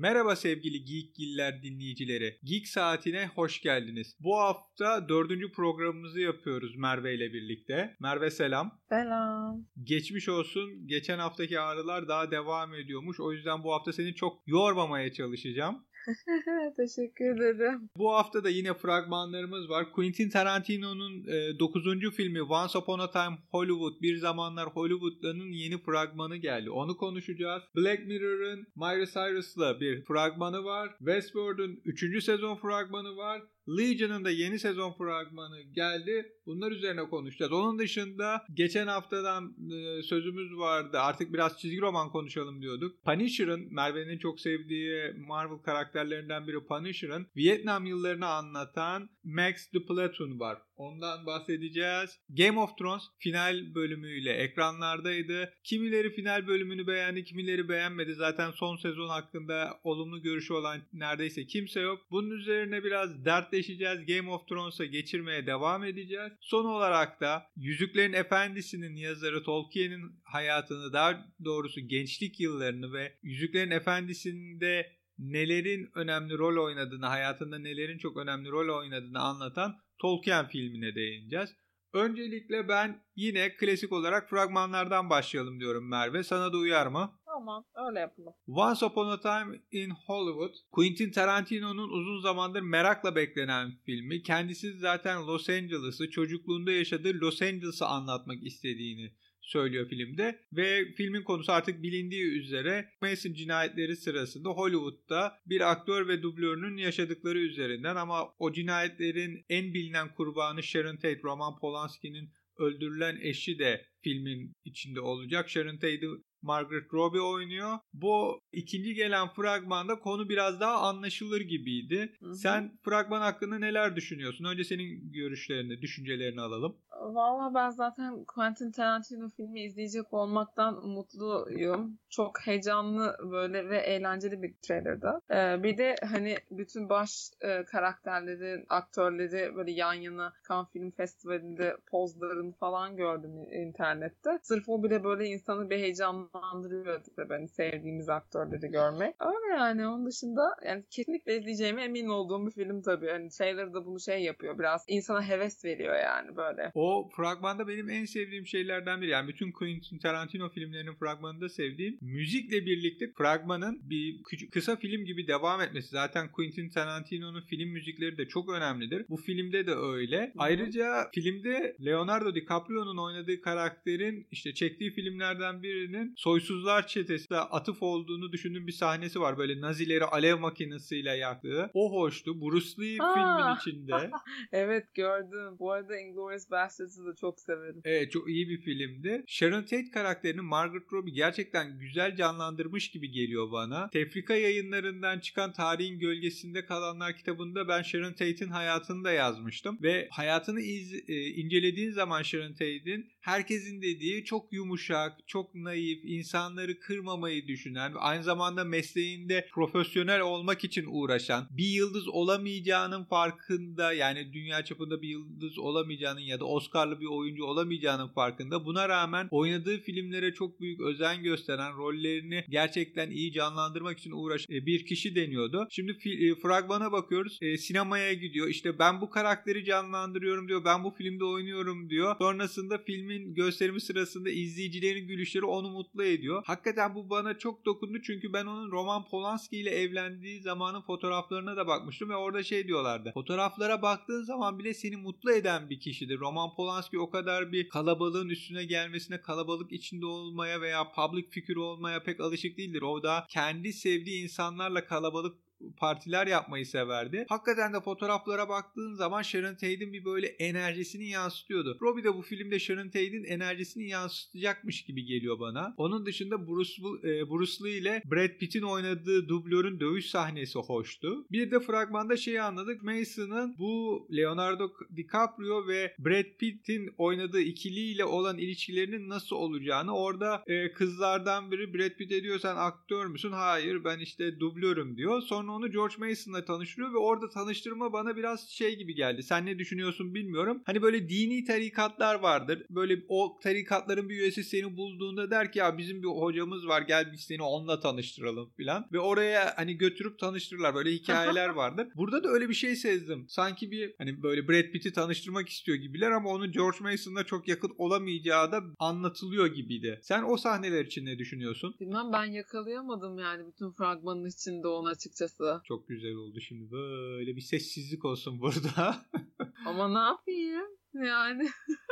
Merhaba sevgili Geekgiller dinleyicileri. Geek Saati'ne hoş geldiniz. Bu hafta 4. programımızı yapıyoruz Merve ile birlikte. Merve selam. Selam. Geçmiş olsun. Geçen haftaki ağrılar daha devam ediyormuş. O yüzden bu hafta seni çok yormamaya çalışacağım. Teşekkür ederim. Bu hafta da yine fragmanlarımız var. Quentin Tarantino'nun 9. filmi Once Upon a Time Hollywood, Bir Zamanlar Hollywood'danın yeni fragmanı geldi. Onu konuşacağız. Black Mirror'ın Miley Cyrus'la bir fragmanı var. Westworld'un 3. sezon fragmanı var. Legion'ın da yeni sezon fragmanı geldi. Bunlar üzerine konuşacağız. Onun dışında geçen haftadan sözümüz vardı. Artık biraz çizgi roman konuşalım diyorduk. Punisher'ın, Merve'nin çok sevdiği Marvel karakterlerinden biri Punisher'ın Vietnam yıllarını anlatan Max the Platoon var. Ondan bahsedeceğiz. Game of Thrones final bölümüyle ekranlardaydı. Kimileri final bölümünü beğendi, kimileri beğenmedi. Zaten son sezon hakkında olumlu görüşü olan neredeyse kimse yok. Bunun üzerine biraz dertleşeceğiz. Game of Thrones'a geçirmeye devam edeceğiz. Son olarak da Yüzüklerin Efendisi'nin yazarı Tolkien'in hayatını, daha doğrusu gençlik yıllarını ve Yüzüklerin Efendisi'nde nelerin önemli rol oynadığını, hayatında nelerin çok önemli rol oynadığını anlatan Tolkien filmine değineceğiz. Öncelikle ben yine klasik olarak fragmanlardan başlayalım diyorum Merve. Sana da uyar mı? Tamam, öyle yapalım. Once Upon a Time in Hollywood, Quentin Tarantino'nun uzun zamandır merakla beklenen filmi. Kendisi zaten Los Angeles'ı, çocukluğunda yaşadığı Los Angeles'ı anlatmak istediğini söylüyor filmde ve filmin konusu artık bilindiği üzere Manson cinayetleri sırasında Hollywood'da bir aktör ve dublörünün yaşadıkları üzerinden, ama o cinayetlerin en bilinen kurbanı Sharon Tate, Roman Polanski'nin öldürülen eşi de filmin içinde olacak. Sharon Tate'i Margaret Robbie oynuyor. Bu ikinci gelen fragmanda konu biraz daha anlaşılır gibiydi. Hı-hı. Sen fragman hakkında neler düşünüyorsun? Önce senin görüşlerini, düşüncelerini alalım. Valla ben zaten Quentin Tarantino filmi izleyecek olmaktan mutluyum. Çok heyecanlı böyle ve eğlenceli bir trailer'dı. Bir de hani bütün baş karakterleri, aktörleri böyle yan yana Cannes Film Festivali'nde pozlarını falan gördüm internette. Sırf o bile böyle insanı bir heyecanlandırıyor tabii, hani sevdiğimiz aktörleri görmek. Öyle yani, onun dışında yani kesinlikle izleyeceğime emin olduğum bir film tabii. Hani trailer da bunu yapıyor, biraz insana heves veriyor yani böyle. O fragmanda benim en sevdiğim şeylerden biri. Yani bütün Quentin Tarantino filmlerinin fragmanında sevdiğim, müzikle birlikte fragmanın bir kısa film gibi devam etmesi. Zaten Quentin Tarantino'nun film müzikleri de çok önemlidir. Bu filmde de öyle. Hı-hı. Ayrıca filmde Leonardo DiCaprio'nun oynadığı karakterin işte çektiği filmlerden birinin Soysuzlar Çetesi'ne atıf olduğunu düşündüğüm bir sahnesi var. Böyle Nazileri alev makinesiyle yaktığı. O hoştu. Bruce Lee filmin içinde. Evet, gördüm. Bu arada Inglourious Basterds'ı da çok severim. Evet, çok iyi bir filmdi. Sharon Tate karakterini Margaret Robbie gerçekten güzel canlandırmış gibi geliyor bana. Tefrika Yayınlarından çıkan Tarihin Gölgesinde Kalanlar kitabında ben Sharon Tate'in hayatını da yazmıştım. Ve hayatını incelediğin zaman Sharon Tate'in, herkesin dediği çok yumuşak, çok naif, insanları kırmamayı düşünen, aynı zamanda mesleğinde profesyonel olmak için uğraşan, bir yıldız olamayacağının farkında, yani dünya çapında bir yıldız olamayacağının ya da Oscar'lı bir oyuncu olamayacağının farkında. Buna rağmen oynadığı filmlere çok büyük özen gösteren, rollerini gerçekten iyi canlandırmak için uğraşan bir kişi deniyordu. Şimdi fragmana bakıyoruz. Sinemaya gidiyor. İşte ben bu karakteri canlandırıyorum diyor. Ben bu filmde oynuyorum diyor. Sonrasında filmin gösterimi sırasında izleyicilerin gülüşleri onu mutlu ediyor. Hakikaten bu bana çok dokundu, çünkü ben onun Roman Polanski ile evlendiği zamanın fotoğraflarına da bakmıştım ve orada diyorlardı. Fotoğraflara baktığın zaman bile seni mutlu eden bir kişidir. Roman Polanski o kadar bir kalabalığın üstüne gelmesine, kalabalık içinde olmaya veya public figür olmaya pek alışık değildir. O da kendi sevdiği insanlarla kalabalık partiler yapmayı severdi. Hakikaten de fotoğraflara baktığın zaman Sharon Tate'in bir böyle enerjisini yansıtıyordu. Robbie de bu filmde Sharon Tate'in enerjisini yansıtacakmış gibi geliyor bana. Onun dışında Bruce Lee ile Brad Pitt'in oynadığı dublörün dövüş sahnesi hoştu. Bir de fragmanda anladık. Mason'ın bu Leonardo DiCaprio ve Brad Pitt'in oynadığı ikiliyle olan ilişkilerinin nasıl olacağını. Orada kızlardan biri Brad Pitt'e diyor, sen aktör müsün? Hayır, ben işte dublörüm diyor. Sonra sonra onu George Mason'la tanıştırıyor ve orada tanıştırma bana biraz şey gibi geldi. Sen ne düşünüyorsun bilmiyorum. Hani böyle dini tarikatlar vardır. Böyle o tarikatların bir üyesi seni bulduğunda der ki ya bizim bir hocamız var, gel biz seni onunla tanıştıralım filan. Ve oraya hani götürüp tanıştırırlar. Böyle hikayeler vardır. Burada da öyle bir şey sezdim. Sanki bir hani böyle Brad Pitt'i tanıştırmak istiyor gibiler ama onun George Mason'la çok yakın olamayacağı da anlatılıyor gibiydi. Sen o sahneler için ne düşünüyorsun? Bilmem, ben yakalayamadım yani bütün fragmanın içinde onu açıkçası. Çok güzel oldu şimdi. Böyle bir sessizlik olsun burada. Ama ne yapayım? Yani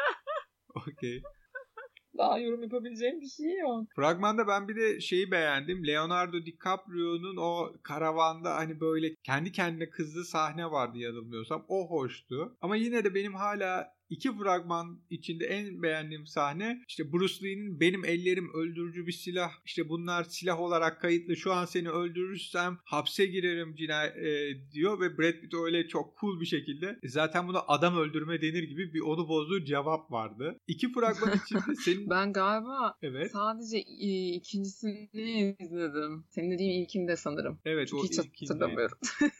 Okey. daha yorum yapabileceğim bir şey yok. Fragmanda ben bir de şeyi beğendim. Leonardo DiCaprio'nun o karavanda hani böyle kendi kendine kızdığı sahne vardı yanılmıyorsam. O hoştu. Ama yine de benim hala iki fragman içinde en beğendiğim sahne işte Bruce Lee'nin benim ellerim öldürücü bir silah. İşte bunlar silah olarak kayıtlı. Şu an seni öldürürsem hapse girerim diyor ve Brad Pitt öyle çok cool bir şekilde zaten buna adam öldürme denir gibi bir onu bozduğu cevap vardı. İki fragman içinde senin... Ben galiba evet. sadece ikincisini izledim. Senin dediğin ilkini de sanırım. Evet, çünkü o hiç ilkini. hatırlamıyorum.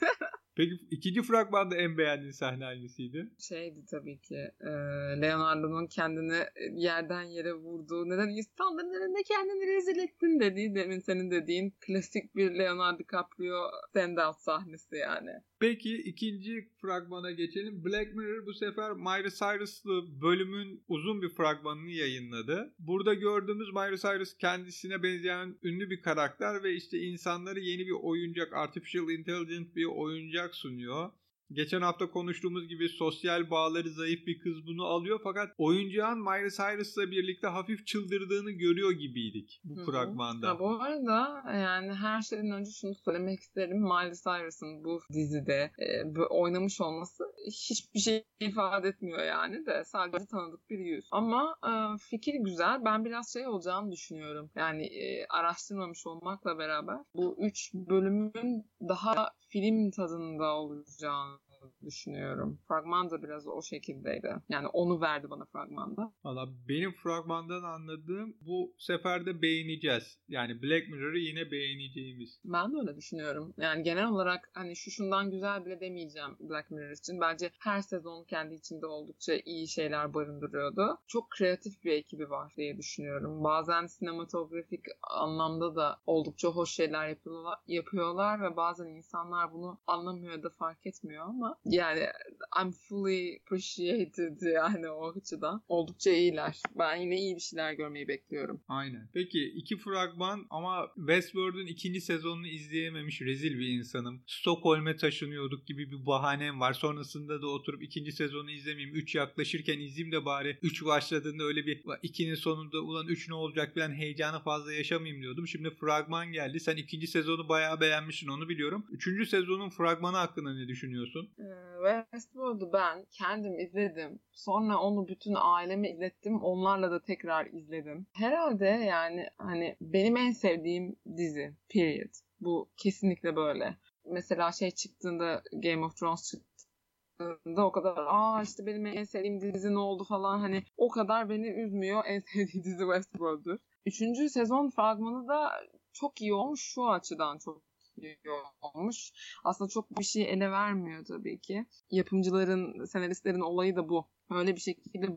Peki ikinci fragmanda en beğendiğin sahne hangisiydi? Şeydi tabii ki Leonardo'nun kendini yerden yere vurduğu, neden insanların önünde kendini rezil ettin dediği, demin senin dediğin klasik bir Leonardo DiCaprio standout sahnesi yani. Peki ikinci fragmana geçelim. Black Mirror bu sefer Miley Cyrus'lı bölümün uzun bir fragmanını yayınladı. Burada gördüğümüz Miley Cyrus kendisine benzeyen ünlü bir karakter ve işte insanları yeni bir oyuncak, artificial intelligent bir oyuncak sunuyor. Geçen hafta konuştuğumuz gibi sosyal bağları zayıf bir kız bunu alıyor fakat oyuncağın Miley Cyrus'la birlikte hafif çıldırdığını görüyor gibiydik bu fragmanda. Ha, bu arada yani her şeyden önce şunu söylemek isterim. Miley Cyrus'ın bu dizide oynamış olması hiçbir şey ifade etmiyor yani de sadece tanıdık bir yüz. Ama fikir güzel. Ben biraz şey olacağını düşünüyorum. Yani araştırmamış olmakla beraber bu 3 bölümün daha film tadında olacağını düşünüyorum. Fragman da biraz o şekildeydi. Yani onu verdi bana fragmanda. Valla benim fragmandan anladığım bu sefer de beğeneceğiz. Yani Black Mirror'ı yine beğeneceğimiz. Ben de öyle düşünüyorum. Yani genel olarak hani şundan güzel bile demeyeceğim Black Mirror için. Bence her sezon kendi içinde oldukça iyi şeyler barındırıyordu. Çok kreatif bir ekibi var diye düşünüyorum. Bazen sinematografik anlamda da oldukça hoş şeyler yapıyorlar ve bazen insanlar bunu anlamıyor da fark etmiyor ama yani I'm fully appreciated yani o açıdan. Oldukça iyiler. Ben yine iyi bir şeyler görmeyi bekliyorum. Aynen. Peki iki fragman ama Westworld'un ikinci sezonunu izleyememiş rezil bir insanım. Stockholm'e taşınıyorduk gibi bir bahanem var. Sonrasında da oturup ikinci sezonu izlemeyeyim. 3 yaklaşırken izleyeyim de bari 3 başladığında öyle bir 2'nin sonunda ulan 3 ne olacak falan heyecanı fazla yaşamayayım diyordum. Şimdi fragman geldi. Sen ikinci sezonu bayağı beğenmişsin, onu biliyorum. Üçüncü sezonun fragmanı hakkında ne düşünüyorsun? Westworld'u ben kendim izledim. Sonra onu bütün aileme izlettim. Onlarla da tekrar izledim. Herhalde yani hani benim en sevdiğim dizi. Period. Bu kesinlikle böyle. Mesela şey çıktığında, Game of Thrones çıktığında o kadar işte benim en sevdiğim dizi ne oldu falan, hani o kadar beni üzmüyor. En sevdiğim dizi Westworld'dur. 3. sezon fragmanı da çok iyi olmuş. Şu açıdan çok iyi olmuş. Aslında çok bir şey ele vermiyor tabii ki. Yapımcıların, senaristlerin olayı da bu. Öyle bir şekilde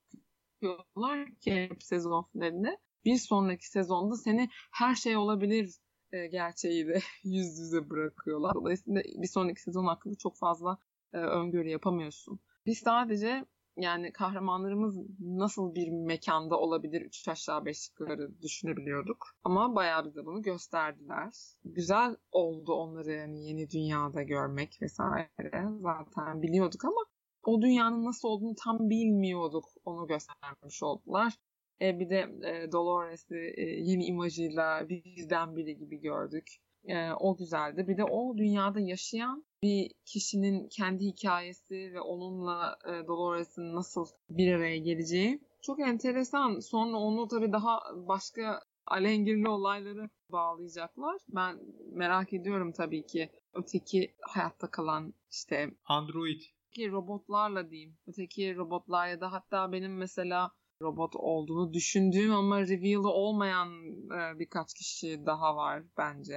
bırakıyorlar ki sezon finalinde. Bir sonraki sezonda seni her şey olabilir gerçeğiyle yüz yüze bırakıyorlar. Dolayısıyla bir sonraki sezon hakkında çok fazla öngörü yapamıyorsun. Biz sadece yani kahramanlarımız nasıl bir mekanda olabilir 3 aşağı 5 yukarı düşünebiliyorduk. Ama bayağı bize bunu gösterdiler. Güzel oldu onları yani yeni dünyada görmek vesaire. Zaten biliyorduk ama o dünyanın nasıl olduğunu tam bilmiyorduk. Onu göstermiş oldular. Bir de Dolores'i yeni imajıyla bizden biri gibi gördük. O güzeldi. Bir de o dünyada yaşayan bir kişinin kendi hikayesi ve onunla Dolores'in nasıl bir araya geleceği çok enteresan. Sonra onu tabii daha başka alengirli olayları bağlayacaklar. Ben merak ediyorum tabii ki öteki hayatta kalan işte Android. Robotlarla diyeyim. Öteki robotlar ya da hatta benim mesela robot olduğunu düşündüğüm ama reveal'ı olmayan birkaç kişi daha var bence.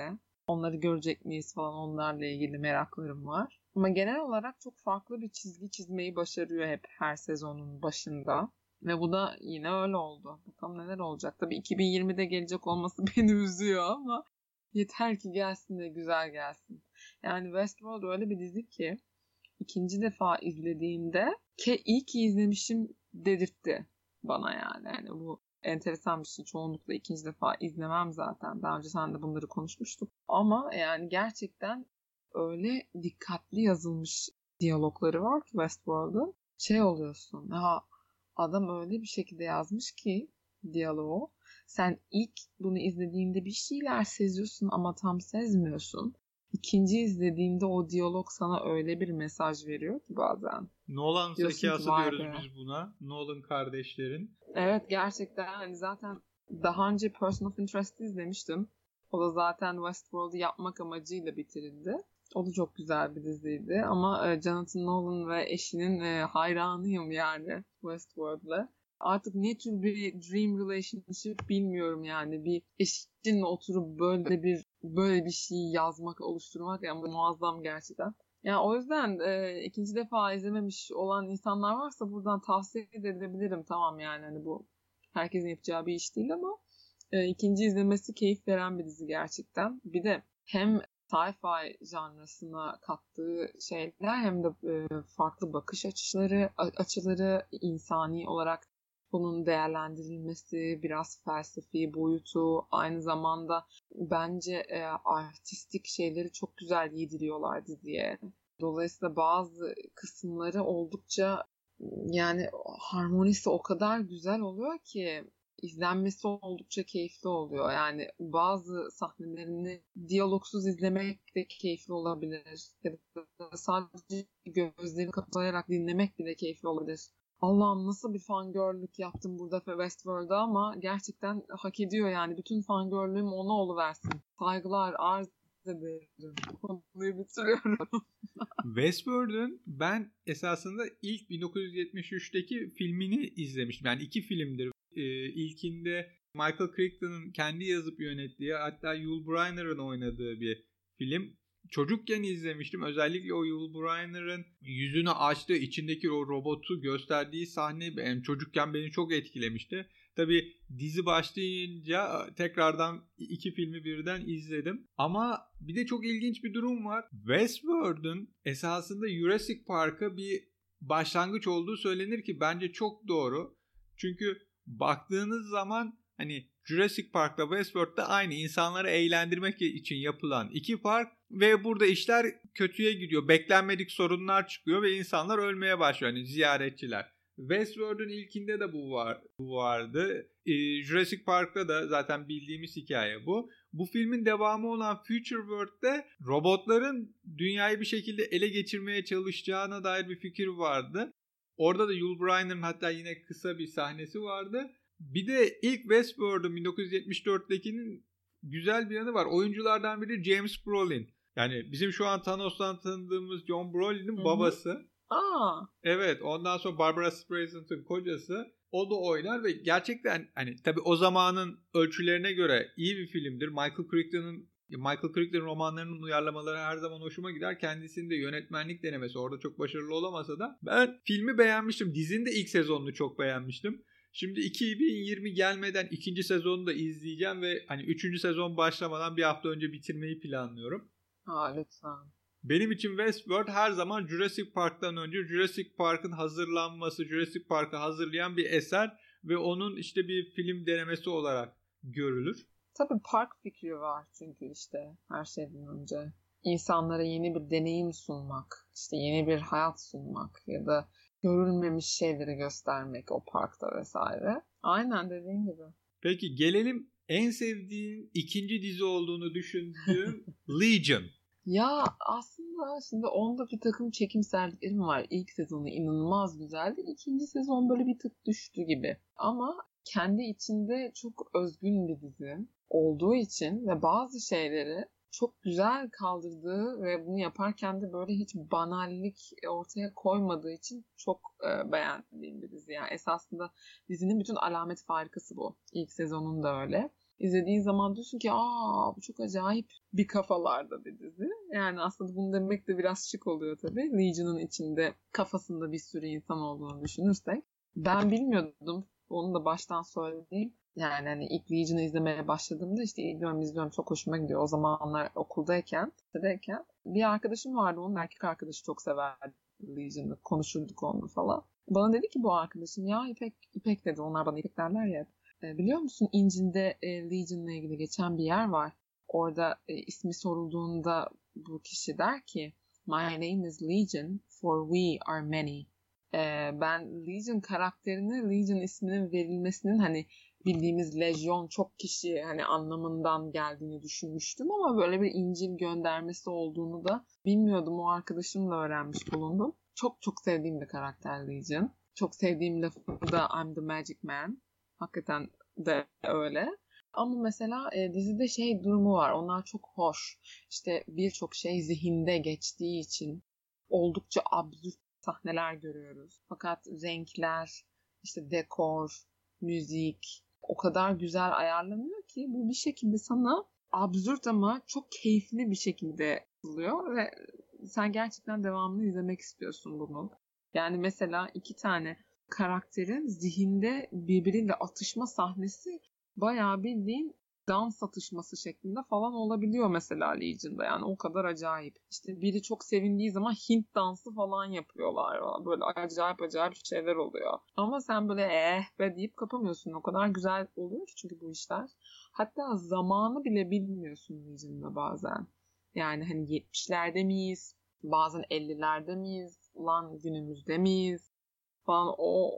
Onları görecek miyiz falan, onlarla ilgili meraklarım var. Ama genel olarak çok farklı bir çizgi çizmeyi başarıyor hep her sezonun başında. Ve bu da yine öyle oldu. Bakalım neler olacak. Tabii 2020'de gelecek olması beni üzüyor ama yeter ki gelsin de güzel gelsin. Yani Westworld öyle bir dizi ki ikinci defa izlediğimde iyi ki izlemişim dedirtti bana yani. Yani bu enteresan bir şey. Çoğunlukla ikinci defa izlemem zaten. Daha önce sen de bunları konuşmuştuk. Ama yani gerçekten öyle dikkatli yazılmış diyalogları var ki Westworld'un. Şey oluyorsun. Ha, adam öyle bir şekilde yazmış ki diyaloğu. Sen ilk bunu izlediğinde bir şeyler seziyorsun ama tam sezmiyorsun. İkinci izlediğinde o diyalog sana öyle bir mesaj veriyor ki bazen. Nolan Diyorsun ki zekası vay diyoruz be. biz buna. Nolan kardeşlerin. Evet, gerçekten hani zaten daha önce Person of Interest'i izlemiştim. O da zaten Westworld'u yapmak amacıyla bitirildi. O da çok güzel bir diziydi ama Jonathan Nolan ve eşinin hayranıyım yani Westworld'la. Artık ne tür bir dream relationship bilmiyorum yani. Bir eşinle oturup böyle bir şey yazmak, oluşturmak yani muazzam gerçekten. Yani o yüzden ikinci defa izlememiş olan insanlar varsa buradan tavsiye edebilirim. Tamam yani hani bu herkesin yapacağı bir iş değil ama ikinci izlemesi keyif veren bir dizi gerçekten. Bir de hem sci-fi janrasına kattığı şeyler hem de farklı bakış açıları insani olarak bunun değerlendirilmesi, biraz felsefi boyutu, aynı zamanda bence artistik şeyleri çok güzel yediriyorlar diziye. Dolayısıyla bazı kısımları oldukça yani harmonisi o kadar güzel oluyor ki izlenmesi oldukça keyifli oluyor. Yani bazı sahnelerini diyalogsuz izlemek de keyifli olabilir. Ya da sadece gözlerini kapatarak dinlemek bile keyifli olabilir. Allah'ım nasıl bir fangirl'lük yaptım burada Westworld'da ama gerçekten hak ediyor yani. Bütün fangirl'lüğüm ona oluversin. Saygılar arz ederim. Konuyu bitiriyorum. Westworld'un ben esasında ilk 1973'teki filmini izlemiştim. Yani 2 filmdir. İlkinde Michael Crichton'ın kendi yazıp yönettiği, hatta Yul Brynner'ın oynadığı bir film. Çocukken izlemiştim. Özellikle o Yul Brynner'ın yüzünü açtığı, içindeki o robotu gösterdiği sahne benim çocukken beni çok etkilemişti. Tabii dizi başlayınca tekrardan 2 filmi birden izledim. Ama bir de çok ilginç bir durum var. Westworld'un esasında Jurassic Park'a bir başlangıç olduğu söylenir ki bence çok doğru. Çünkü baktığınız zaman hani Jurassic Park'la Westworld'da aynı, insanları eğlendirmek için yapılan 2 park ve burada işler kötüye gidiyor. Beklenmedik sorunlar çıkıyor ve insanlar ölmeye başlıyor. Hani ziyaretçiler. Westworld'un ilkinde de bu vardı. Jurassic Park'ta da zaten bildiğimiz hikaye bu. Bu filmin devamı olan Future World'de robotların dünyayı bir şekilde ele geçirmeye çalışacağına dair bir fikir vardı. Orada da Yul Brynner'ın hatta yine kısa bir sahnesi vardı. Bir de ilk Westworld'un 1974'tekinin güzel bir yanı var. Oyunculardan biri James Brolin. Yani bizim şu an Thanos'tan tanıdığımız John Brolin'in babası. Aa. Evet, ondan sonra Barbara Streisand'ın kocası. O da oynar ve gerçekten hani tabii o zamanın ölçülerine göre iyi bir filmdir. Michael Crichton romanlarının uyarlamaları her zaman hoşuma gider. Kendisinin de yönetmenlik denemesi orada çok başarılı olamasa da ben filmi beğenmiştim. Dizinin de ilk sezonunu çok beğenmiştim. Şimdi 2020 gelmeden 2. sezonu da izleyeceğim ve hani 3. sezon başlamadan bir hafta önce bitirmeyi planlıyorum. Lütfen. Benim için Westworld her zaman Jurassic Park'tan önce Jurassic Park'ın hazırlanması, Jurassic Park'ı hazırlayan bir eser ve onun işte bir film denemesi olarak görülür. Tabii park fikri var çünkü işte her şeyden önce. İnsanlara yeni bir deneyim sunmak, işte yeni bir hayat sunmak ya da görülmemiş şeyleri göstermek o parkta vesaire. Aynen dediğin gibi. Peki gelelim en sevdiğin ikinci dizi olduğunu düşündüğüm Legion. Ya aslında şimdi onda bir takım çekimselliklerim var. İlk sezonu inanılmaz güzeldi. İkinci sezon böyle bir tık düştü gibi. Ama kendi içinde çok özgün bir dizi olduğu için ve bazı şeyleri çok güzel kaldırdığı ve bunu yaparken de böyle hiç banallik ortaya koymadığı için çok beğendiğim bir dizi. Yani esasında dizinin bütün alamet farikası bu. İlk sezonun da öyle. İzlediğin zaman diyorsun ki bu çok acayip bir kafalarda bir dizi. Yani aslında bunu demek de biraz şık oluyor tabii. Legion'ın içinde kafasında bir sürü insan olduğunu düşünürsek. Ben bilmiyordum. Onu da baştan söyleyeyim. Yani hani ilk Legion'ı izlemeye başladığımda işte izliyorum çok hoşuma gidiyor. O zamanlar okuldayken, lisedeyken bir arkadaşım vardı. Onun erkek arkadaşı çok severdi Legion'ı. Konuşurduk onunla falan. Bana dedi ki bu arkadaşım ya İpek dedi. Onlar bana İpek derler ya. Biliyor musun İncil'de Legion'la ilgili geçen bir yer var. Orada ismi sorulduğunda bu kişi der ki My name is Legion for we are many. Ben Legion karakterine Legion isminin verilmesinin hani bildiğimiz lejyon çok kişi hani anlamından geldiğini düşünmüştüm ama böyle bir İncil göndermesi olduğunu da bilmiyordum. O arkadaşımla öğrenmiş bulundum. Çok çok sevdiğim bir karakter Legion. Çok sevdiğim lafı da I'm the Magic Man. Hakikaten de öyle. Ama mesela dizide şey durumu var. Onlar çok hoş. İşte birçok şey zihinde geçtiği için oldukça absürt sahneler görüyoruz. Fakat renkler, işte dekor, müzik o kadar güzel ayarlanıyor ki bu bir şekilde sana absürt ama çok keyifli bir şekilde yapılıyor ve sen gerçekten devamını izlemek istiyorsun bunun. Yani mesela 2 tane karakterin zihinde birbiriyle atışma sahnesi bayağı bildiğin dans atışması şeklinde falan olabiliyor mesela Legion'da. Yani o kadar acayip. İşte biri çok sevindiği zaman Hint dansı falan yapıyorlar. Böyle acayip şeyler oluyor. Ama sen böyle be deyip kapamıyorsun. O kadar güzel oluyor ki çünkü bu işler. Hatta zamanı bile bilmiyorsun Legion'da bazen. Yani hani 70'lerde miyiz? Bazen 50'lerde miyiz? Ulan günümüzde miyiz? Falan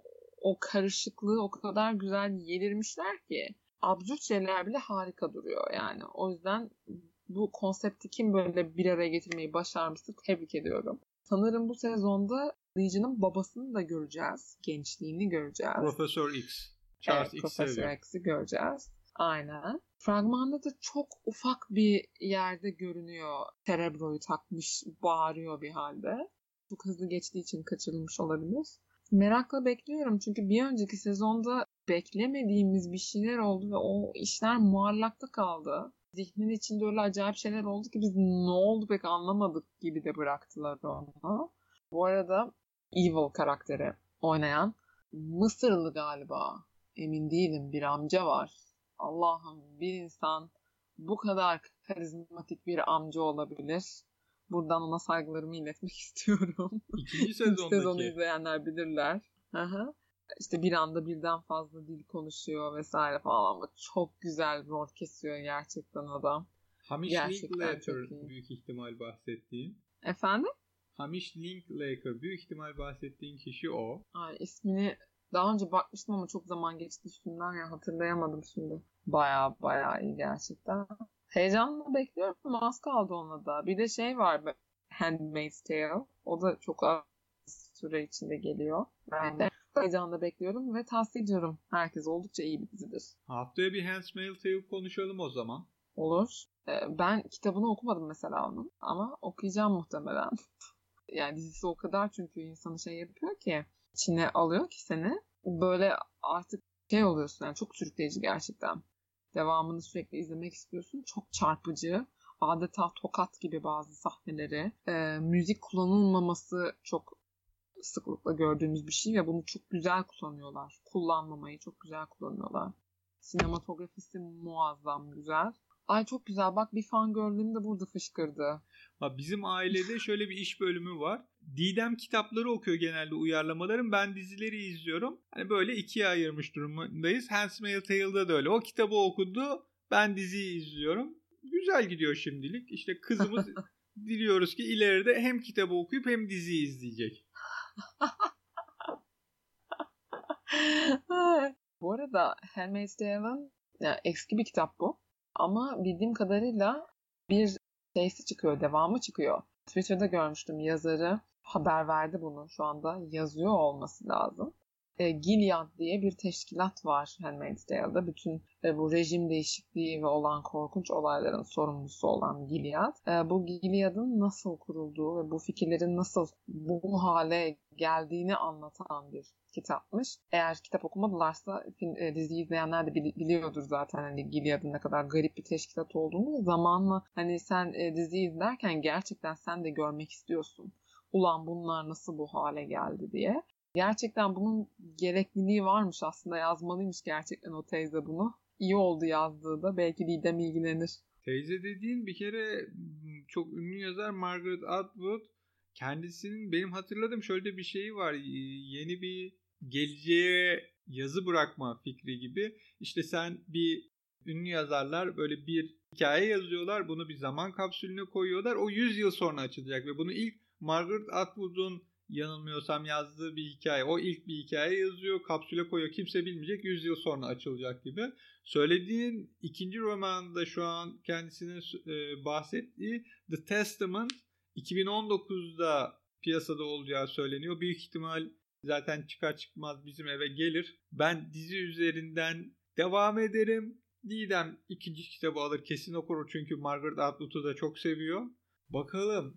o karışıklığı o kadar güzel yedirmişler ki absürt şeyler bile harika duruyor yani. O yüzden bu konsepti kim böyle bir araya getirmeyi başarmışsa tebrik ediyorum. Sanırım bu sezonda Legion'ın babasını da göreceğiz. Gençliğini göreceğiz. Profesör X. Charles X. Profesör X'i göreceğiz. Aynen. Fragmanda da çok ufak bir yerde görünüyor. Cerebro'yu takmış, bağırıyor bir halde. Çok hızlı geçtiği için kaçırılmış olabilir. Merakla bekliyorum çünkü bir önceki sezonda beklemediğimiz bir şeyler oldu ve o işler muallakta kaldı. Zihnin içinde öyle acayip şeyler oldu ki biz ne oldu pek anlamadık gibi de bıraktılar onu. Bu arada Evil karakteri oynayan Mısırlı galiba. Emin değilim, bir amca var. Allah'ım, bir insan bu kadar karizmatik bir amca olabilir. Buradan ona saygılarımı iletmek istiyorum. İkinci sezonu izleyenler bilirler. Aha. İşte bir anda birden fazla dil konuşuyor vesaire falan ama çok güzel rol kesiyor gerçekten adam. Hamish Linklater büyük ihtimal bahsettiğin. Efendim? Hamish Linklater büyük ihtimal bahsettiğin kişi o. Ay, ismini daha önce bakmıştım ama çok zaman geçti üstünden ya hatırlayamadım şimdi. Baya iyi gerçekten. Heyecanla bekliyorum. Az kaldı ona da. Bir de şey var. Handmaid's Tale. O da çok az süre içinde geliyor. Ben de heyecanla bekliyorum ve tavsiye ediyorum. Herkes oldukça iyi bir dizidir. Haftaya bir Handmaid's Tale konuşalım o zaman. Olur. Ben kitabını okumadım mesela onun. Ama okuyacağım muhtemelen. Yani dizisi o kadar çünkü insanı şey yapıyor ki içine alıyor ki seni. Böyle artık şey oluyorsun yani çok sürükleyici gerçekten. Devamını sürekli izlemek istiyorsun. Çok çarpıcı. Adeta tokat gibi bazı sahneleri. Müzik kullanılmaması çok sıklıkla gördüğümüz bir şey ve bunu çok güzel kullanıyorlar. Kullanmamayı çok güzel kullanıyorlar. Sinematografisi muazzam güzel. Ay çok güzel. Bak bir fangirl'üm de burada fışkırdı. Bizim ailede şöyle bir iş bölümü var. Didem kitapları okuyor genelde uyarlamaların. Ben dizileri izliyorum. Hani böyle ikiye ayırmış durumdayız. Handmaid's Tale'da da öyle. O kitabı okudu. Ben diziyi izliyorum. Güzel gidiyor şimdilik. İşte kızımız diliyoruz ki ileride hem kitabı okuyup hem diziyi izleyecek. Bu arada Handmaid's Tale'ın yani eski bir kitap bu. Ama bildiğim kadarıyla bir şeysi çıkıyor, devamı çıkıyor. Twitter'da görmüştüm yazarı haber verdi bunu. Şu anda yazıyor olması lazım. Gilead diye bir teşkilat var Handmaid's Tale'da. Bütün bu rejim değişikliği ve olan korkunç olayların sorumlusu olan Gilead. Bu Gilead'ın nasıl kurulduğu ve bu fikirlerin nasıl bu hale geldiğini anlatan bir kitapmış. Eğer kitap okumadılarsa diziyi izleyenler de biliyordur zaten hani Gilead'ın ne kadar garip bir teşkilat olduğunu. Zamanla hani sen diziyi izlerken gerçekten sen de görmek istiyorsun. Ulan bunlar nasıl bu hale geldi diye. Gerçekten bunun gerekliliği varmış aslında, yazmalıymış gerçekten o teyze bunu. İyi oldu yazdığı da, belki Didem ilgilenir. Teyze dediğin bir kere çok ünlü yazar Margaret Atwood. Kendisinin benim hatırladığım şöyle bir şeyi var. Yeni bir geleceğe yazı bırakma fikri gibi. İşte sen bir ünlü yazarlar böyle bir hikaye yazıyorlar. Bunu bir zaman kapsülüne koyuyorlar. O 100 yıl sonra açılacak ve bunu ilk Margaret Atwood'un yanılmıyorsam yazdığı bir hikaye. O ilk bir hikaye yazıyor, kapsüle koyuyor. Kimse bilmeyecek, 100 yıl sonra açılacak gibi. Söylediğin ikinci romanda şu an kendisinin bahsettiği The Testament 2019'da piyasada olacağı söyleniyor. Büyük ihtimal zaten çıkar çıkmaz bizim eve gelir. Ben dizi üzerinden devam ederim. Didem ikinci kitabı alır, kesin okur çünkü Margaret Atwood'u da çok seviyor. Bakalım.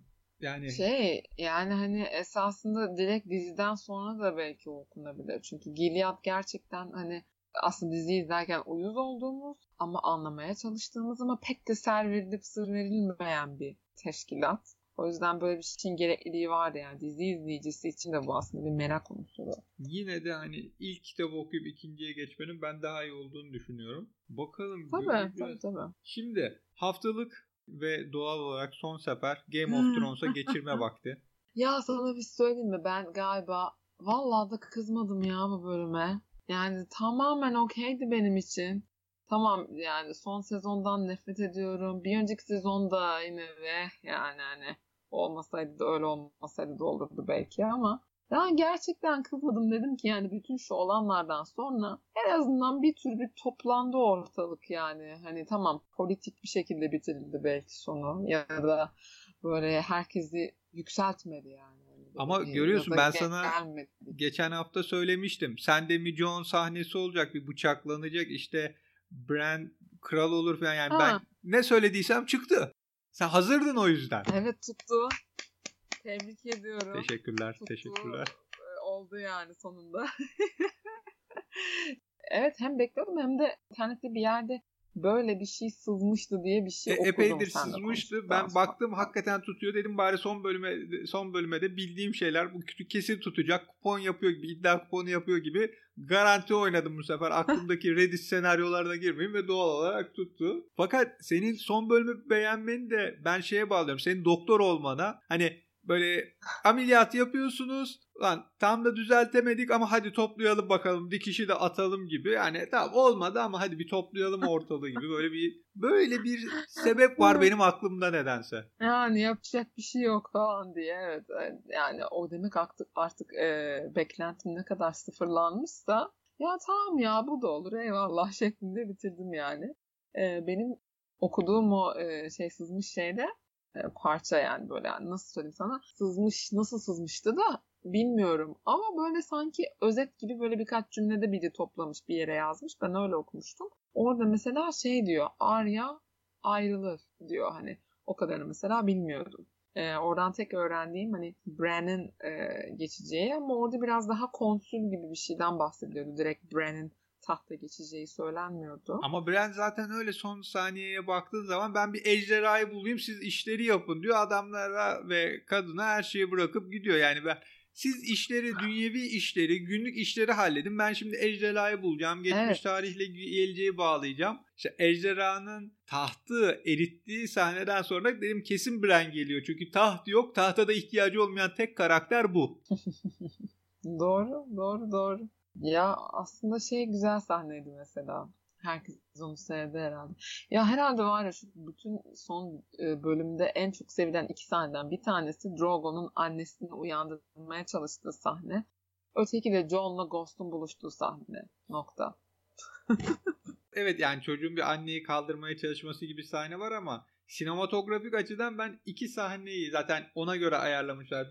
Yani hani esasında direkt diziden sonra da belki okunabilir. Çünkü Gilead gerçekten hani aslında diziyi izlerken uyuz olduğumuz ama anlamaya çalıştığımız ama pek de ser verilip sır verilmeyen bir teşkilat. O yüzden böyle bir şeyin gerekliliği vardı yani. Dizi izleyicisi için de bu aslında bir merak unsuru. Yine de hani ilk kitabı okuyup ikinciye geçmenin ben daha iyi olduğunu düşünüyorum. Bakalım. Tabii. Şimdi haftalık ve doğal olarak son sefer Game of Thrones'a geçirme vakti. Ya sana bir söyleyeyim mi? Ben galiba vallahi da kızmadım ya bu bölüme. Yani tamamen okeydi benim için. Tamam yani son sezondan nefret ediyorum. Bir önceki sezonda yine de yani hani olmasaydı da öyle olmasaydı da olurdu belki ama ben gerçekten kızmadım, dedim ki yani bütün şu olanlardan sonra en azından bir tür bir toplandı ortalık yani. Hani tamam politik bir şekilde bitirildi belki sonu ya da böyle herkesi yükseltmedi yani. Ama görüyorsun ben sana geçen hafta söylemiştim. Sandy John sahnesi olacak, bir bıçaklanacak işte Bran kral olur falan yani ben ne söylediysem çıktı. Sen hazırdın o yüzden. Evet tuttu. Tebrik ediyorum. Teşekkürler. Teşekkürler. Oldu yani sonunda. Evet hem bekliyordum hem de internette bir yerde böyle bir şey sızmıştı diye bir şey okudum. Epeydir sızmıştı. Ben baktım hakikaten tutuyor dedim bari son bölüme de bildiğim şeyler bu kesin tutacak. Kupon yapıyor gibi, iddia kuponu yapıyor gibi garanti oynadım bu sefer. Aklımdaki Reddit senaryolarına girmeyeyim ve doğal olarak tuttu. Fakat senin son bölümü beğenmeni de ben şeye bağlıyorum. Senin doktor olmana, hani böyle ameliyat yapıyorsunuz. Lan tam da düzeltemedik ama hadi toplayalım bakalım, dikişi de atalım gibi. Yani tamam olmadı ama hadi bir toplayalım ortalığı gibi. Böyle bir sebep var benim aklımda nedense. Yani yapacak bir şey yok falan diye. Evet. Yani o demek artık beklentim ne kadar sıfırlanmışsa ya tamam ya bu da olur eyvallah şeklinde bitirdim yani. Benim okuduğum o sızmış şeyde parça yani böyle yani nasıl söyleyeyim sana, nasıl sızmıştı da bilmiyorum ama böyle sanki özet gibi böyle birkaç cümlede biri toplamış bir yere yazmış, ben öyle okumuştum. Orada mesela şey diyor, Arya ayrılır diyor, hani o kadarını mesela bilmiyordum. Oradan tek öğrendiğim hani Bran'ın geçeceği ama orada biraz daha konsül gibi bir şeyden bahsediyordu. Direkt Bran'ın tahta geçeceği söylenmiyordu. Ama Bran zaten öyle son saniyeye baktığın zaman ben bir ejderhayı bulayım siz işleri yapın diyor. Adamlara ve kadına her şeyi bırakıp gidiyor. Yani siz işleri, dünyevi işleri, günlük işleri halledin. Ben şimdi ejderhayı bulacağım. Geçmiş tarihle geleceği bağlayacağım. İşte ejderhanın tahtı erittiği sahneden sonra dedim kesin Bran geliyor. Çünkü taht yok. Tahta da ihtiyacı olmayan tek karakter bu. Doğru. Ya aslında güzel sahneydi mesela. Herkes onu sevdi herhalde. Ya herhalde var ya şu bütün son bölümde en çok sevilen iki sahneden bir tanesi Drogo'nun annesini uyandırmaya çalıştığı sahne. Öteki de Jon'la Ghost'un buluştuğu sahne. Nokta. Evet yani çocuğun bir anneyi kaldırmaya çalışması gibi sahne var ama sinematografik açıdan ben iki sahneyi zaten ona göre ayarlamışlar. Bir,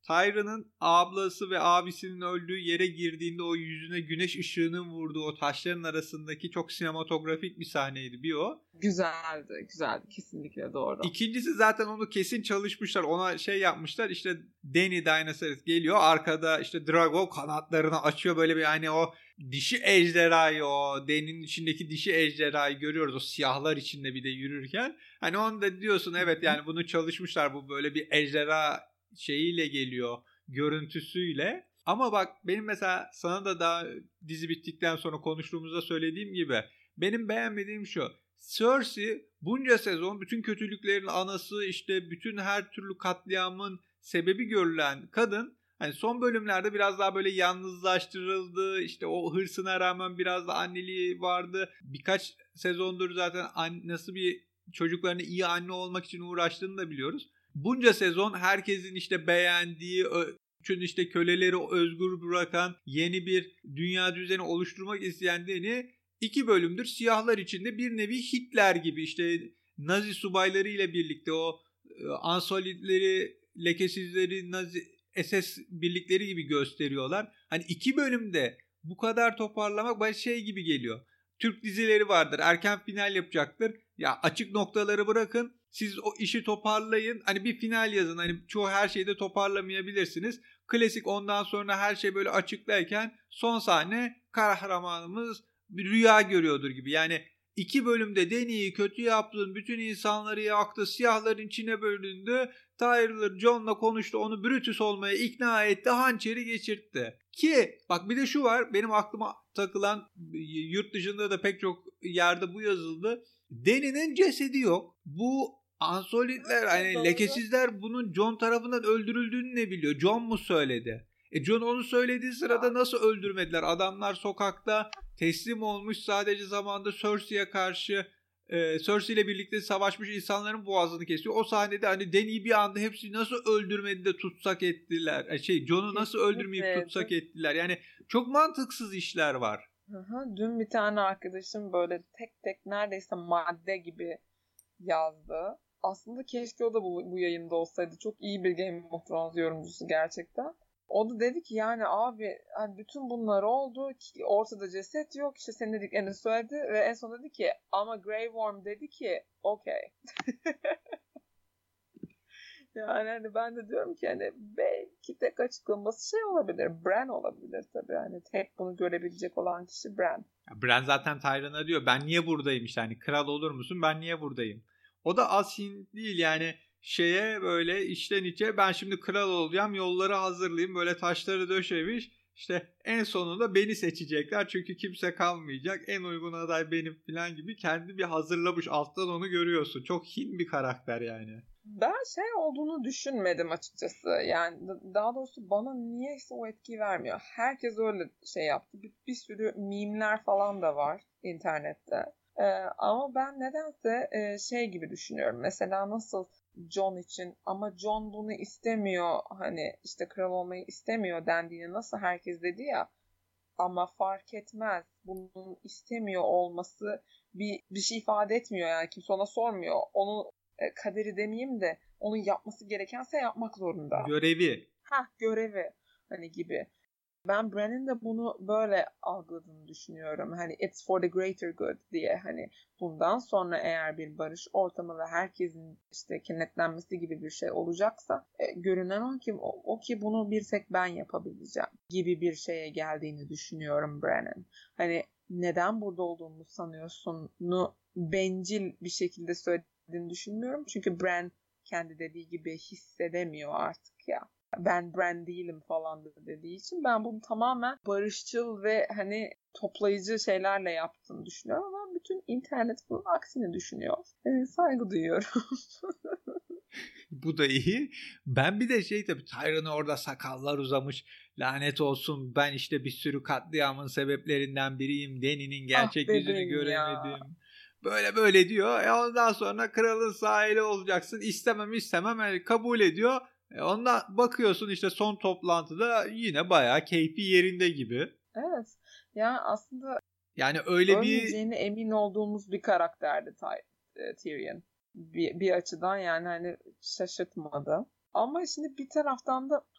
Tyrion'un ablası ve abisinin öldüğü yere girdiğinde o yüzüne güneş ışığının vurduğu o taşların arasındaki çok sinematografik bir sahneydi bir o. Güzeldi kesinlikle doğru. İkincisi zaten onu kesin çalışmışlar. Ona şey yapmışlar işte Dany Daenerys geliyor. Arkada işte Drogo kanatlarını açıyor böyle bir hani o dişi ejderhayı o Dany'nin içindeki dişi ejderhayı görüyoruz o siyahlar içinde bir de yürürken. Hani onu da diyorsun evet yani bunu çalışmışlar bu böyle bir ejderha şeyiyle geliyor görüntüsüyle. Ama bak benim mesela sana da daha dizi bittikten sonra konuştuğumuzda söylediğim gibi benim beğenmediğim şu. Cersei bunca sezon bütün kötülüklerin anası işte bütün her türlü katliamın sebebi görülen kadın hani son bölümlerde biraz daha böyle yalnızlaştırıldı. İşte o hırsına rağmen biraz da anneliği vardı. Birkaç sezondur zaten nasıl bir çocuklarına iyi anne olmak için uğraştığını da biliyoruz. Bunca sezon herkesin işte beğendiği bütün işte köleleri özgür bırakan yeni bir dünya düzeni oluşturmak isteyen Dany 2 bölümdür siyahlar içinde bir nevi Hitler gibi işte Nazi subayları ile birlikte o Unsolid'leri, lekesizleri, Nazi SS birlikleri gibi gösteriyorlar. Hani 2 bölümde bu kadar toparlamak bana şey gibi geliyor. Türk dizileri vardır. Erken final yapacaktır. Ya açık noktaları bırakın. Siz o işi toparlayın. Hani bir final yazın. Hani çoğu her şeyi de toparlamayabilirsiniz. Klasik ondan sonra her şey böyle açıklayken son sahne kahramanımız bir rüya görüyordur gibi. Yani 2 bölümde Dany'yi kötü yaptın, bütün insanları yaktı, siyahların içine bölündü. Tyler Jon'la konuştu, onu Brutus olmaya ikna etti, hançeri geçirtti. Ki bak bir de şu var, benim aklıma takılan yurt dışında da pek çok yerde bu yazıldı. Dany'nin cesedi yok. Bu Unsolid'ler hani lekesizler bunun Jon tarafından öldürüldüğünü ne biliyor? Jon mu söyledi? Jon onu söylediği sırada nasıl öldürmediler? Adamlar sokakta teslim olmuş sadece zamanda Cersei'ye karşı Cersei ile birlikte savaşmış insanların boğazını kesiyor. O sahnede hani Dany'yi bir anda hepsi nasıl öldürmedi de tutsak ettiler. Jon'u nasıl öldürmeyip tutsak ettiler. Yani çok mantıksız işler var. Dün bir tane arkadaşım böyle tek tek neredeyse madde gibi yazdı. Aslında keşke o da bu yayında olsaydı. Çok iyi bir Game of Thrones yorumcusu gerçekten. O da dedi ki yani abi hani bütün bunlar oldu. Ortada ceset yok. İşte senin dediklerini söyledi ve en son dedi ki ama Grey Worm dedi ki okey. Yani hani ben de diyorum ki hani belki tek açıklaması şey olabilir. Bran olabilir tabii. Hani tek bunu görebilecek olan kişi Bran. Bran zaten Tyrion'a diyor ben niye buradayım işte hani kral olur musun ben niye buradayım. O da asin değil yani şeye böyle içten içe ben şimdi kral olacağım yolları hazırlayayım böyle taşları döşemiş. İşte en sonunda beni seçecekler çünkü kimse kalmayacak en uygun aday benim falan gibi kendi bir hazırlamış alttan onu görüyorsun. Çok hin bir karakter yani. Ben şey olduğunu düşünmedim açıkçası. Yani daha doğrusu bana niyeyse o etkiyi vermiyor. Herkes öyle şey yaptı. Bir sürü mimler falan da var internette. Ama ben nedense şey gibi düşünüyorum. Mesela nasıl Jon için ama Jon bunu istemiyor. Hani işte kral olmayı istemiyor dendiğini nasıl herkes dedi ya. Ama fark etmez. Bunun istemiyor olması bir şey ifade etmiyor yani. Kimse ona sormuyor. Onu kaderi demeyeyim de onun yapması gerekense yapmak zorunda. Görevi. Görevi hani gibi. Ben Bran'in de bunu böyle algıladığını düşünüyorum. Hani it's for the greater good diye hani bundan sonra eğer bir barış ortamı ve herkesin işte kenetlenmesi gibi bir şey olacaksa görünen o ki bunu bir tek ben yapabileceğim gibi bir şeye geldiğini düşünüyorum Bran'in. Hani neden burada olduğunu sanıyorsun'u bencil bir şekilde söylediğini düşünmüyorum. Çünkü Bran kendi dediği gibi hissedemiyor artık ya. Ben Bran değilim falan dediği için ben bunu tamamen barışçıl ve hani toplayıcı şeylerle yaptığını düşünüyorum ama bütün internet bunun aksini düşünüyor. Saygı duyuyorum. Bu da iyi. Ben bir de tabii Tyrion'a orada sakallar uzamış. Lanet olsun ben işte bir sürü katliamın sebeplerinden biriyim. Dany'nin gerçek yüzünü göremedim. Ya. Böyle diyor. Ondan sonra kralın sahili olacaksın. İstemem kabul ediyor. Ondan bakıyorsun işte son toplantıda yine bayağı keyfi yerinde gibi. Evet. Ya aslında yani öyle ölmeyeceğine emin olduğumuz bir karakterdi Tyrion. Bir açıdan yani hani şaşırtmadı. Ama şimdi bir taraftan da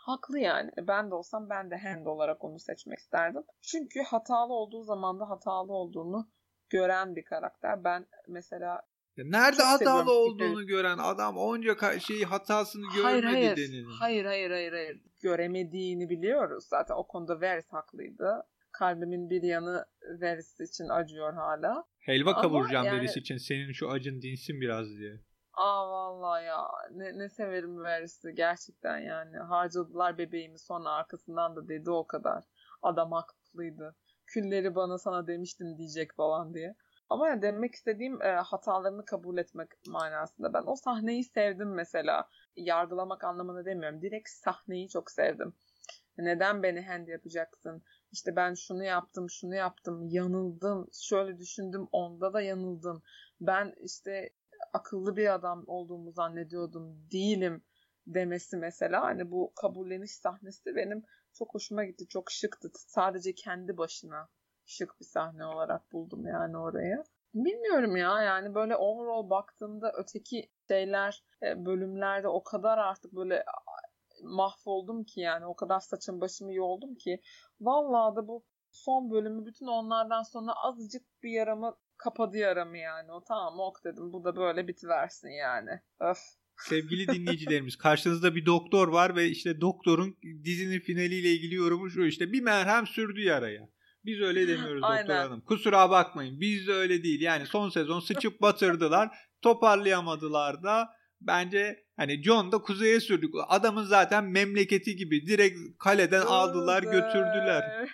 Haklı yani. Ben de olsam ben de Hand olarak onu seçmek isterdim. Çünkü hatalı olduğu zaman da hatalı olduğunu gören bir karakter. Ben mesela Ya nerede çok hatalı seviyorum Peter'i. olduğunu gören adam onca şeyi hatasını Hayır görmedi hayır. Deni'nin. Hayır. Göremediğini biliyoruz. Zaten o konuda Varys haklıydı. Kalbimin bir yanı Varys için acıyor hala. Helva Ama kavuracağım yani Varys için senin şu acın dinsin biraz diye. vallahi ya ne severim Varys'i gerçekten yani. Harcadılar bebeğimi, sonra arkasından da dedi o kadar. Adam haklıydı. Külleri bana sana demiştim diyecek falan diye. Ama yani demek istediğim hatalarını kabul etmek manasında. Ben o sahneyi sevdim mesela. Yargılamak anlamında demiyorum. Direkt sahneyi çok sevdim. Neden beni hand yapacaksın? İşte ben şunu yaptım, yanıldım. Şöyle düşündüm, onda da yanıldım. Ben işte akıllı bir adam olduğumu zannediyordum, değilim demesi mesela. Hani bu kabulleniş sahnesi benim çok hoşuma gitti, çok şıktı. Sadece kendi başına şık bir sahne olarak buldum yani orayı. Bilmiyorum ya, yani böyle overall baktığımda öteki şeyler, bölümlerde o kadar artık böyle mahvoldum ki, yani o kadar saçım başımı yoldum ki. Vallahi da bu son bölümü bütün onlardan sonra azıcık bir yaramı kapadı, yaramı yani. O tamam, ok dedim, bu da böyle bitiversin yani. Öf. Sevgili dinleyicilerimiz, karşınızda bir doktor var ve işte doktorun dizinin finaliyle ilgili yorumu şu: işte bir merhem sürdü yaraya. Biz öyle demiyoruz doktor Aynen. hanım. Kusura bakmayın, biz de öyle değil. Yani son sezon sıçıp batırdılar, toparlayamadılar da. Bence hani Jon da kuzeye sürdük. Adamın zaten memleketi gibi, direkt kaleden aldılar götürdüler. Loser.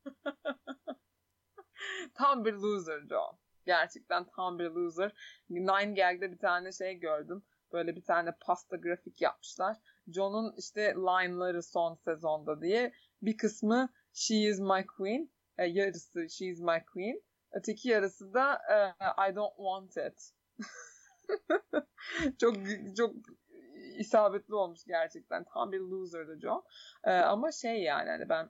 Tam bir loser Jon. Gerçekten tam bir loser. Nine Gag'de bir tane şey gördüm. Böyle bir tane pasta grafik yapmışlar. Jon'un işte line'ları son sezonda diye. Bir kısmı "She is my queen." Yarısı "She is my queen." Öteki yarısı da "I don't want it." çok çok isabetli olmuş gerçekten. Tam bir loser'dı Jon. Ama şey yani hani ben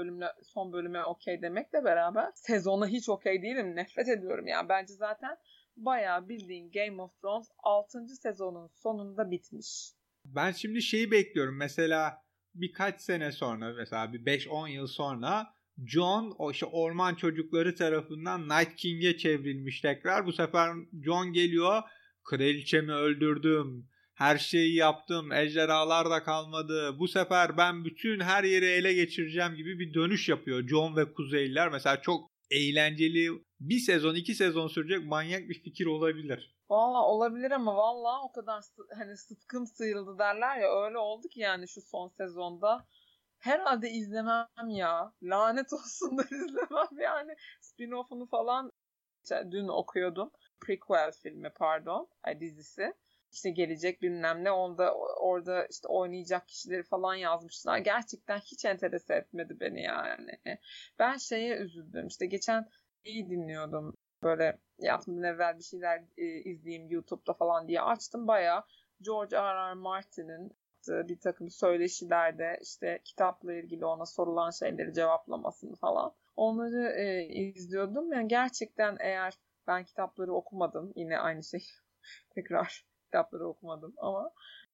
son bölüme okey demekle beraber sezona hiç okey değilim. Nefret ediyorum yani. Bence zaten bayağı bildiğin Game of Thrones 6. sezonun sonunda bitmiş. Ben şimdi şeyi bekliyorum. Mesela birkaç sene sonra, mesela bir 5-10 yıl sonra Jon o işte orman çocukları tarafından Night King'e çevrilmiş tekrar. Bu sefer Jon geliyor. Kraliçemi öldürdüm. Her şeyi yaptım. Ejderhalar da kalmadı. Bu sefer ben bütün her yeri ele geçireceğim gibi bir dönüş yapıyor Jon ve Kuzeyliler. Mesela çok eğlenceli, bir sezon 2 sezon sürecek manyak bir fikir olabilir. Valla olabilir ama valla o kadar hani sıtkım sıyrıldı derler ya, öyle oldu ki yani şu son sezonda. Herhalde izlemem ya. Lanet olsun da izlemem yani. Spin-off'unu falan dün okuyordum. Prequel filmi pardon. Dizisi. İşte gelecek bilmem ne. Orada işte oynayacak kişileri falan yazmışlar. Gerçekten hiç enterese etmedi beni yani. Ben şeye üzüldüm. İşte geçen iyi dinliyordum. Böyle yatmadan evvel bir şeyler izleyeyim YouTube'da falan diye açtım. Bayağı George R. R. Martin'in bir takım söyleşilerde işte kitapla ilgili ona sorulan şeyleri cevaplamasını falan. Onları izliyordum. Yani gerçekten, eğer ben kitapları okumadım, yine aynı şey tekrar kitapları okumadım ama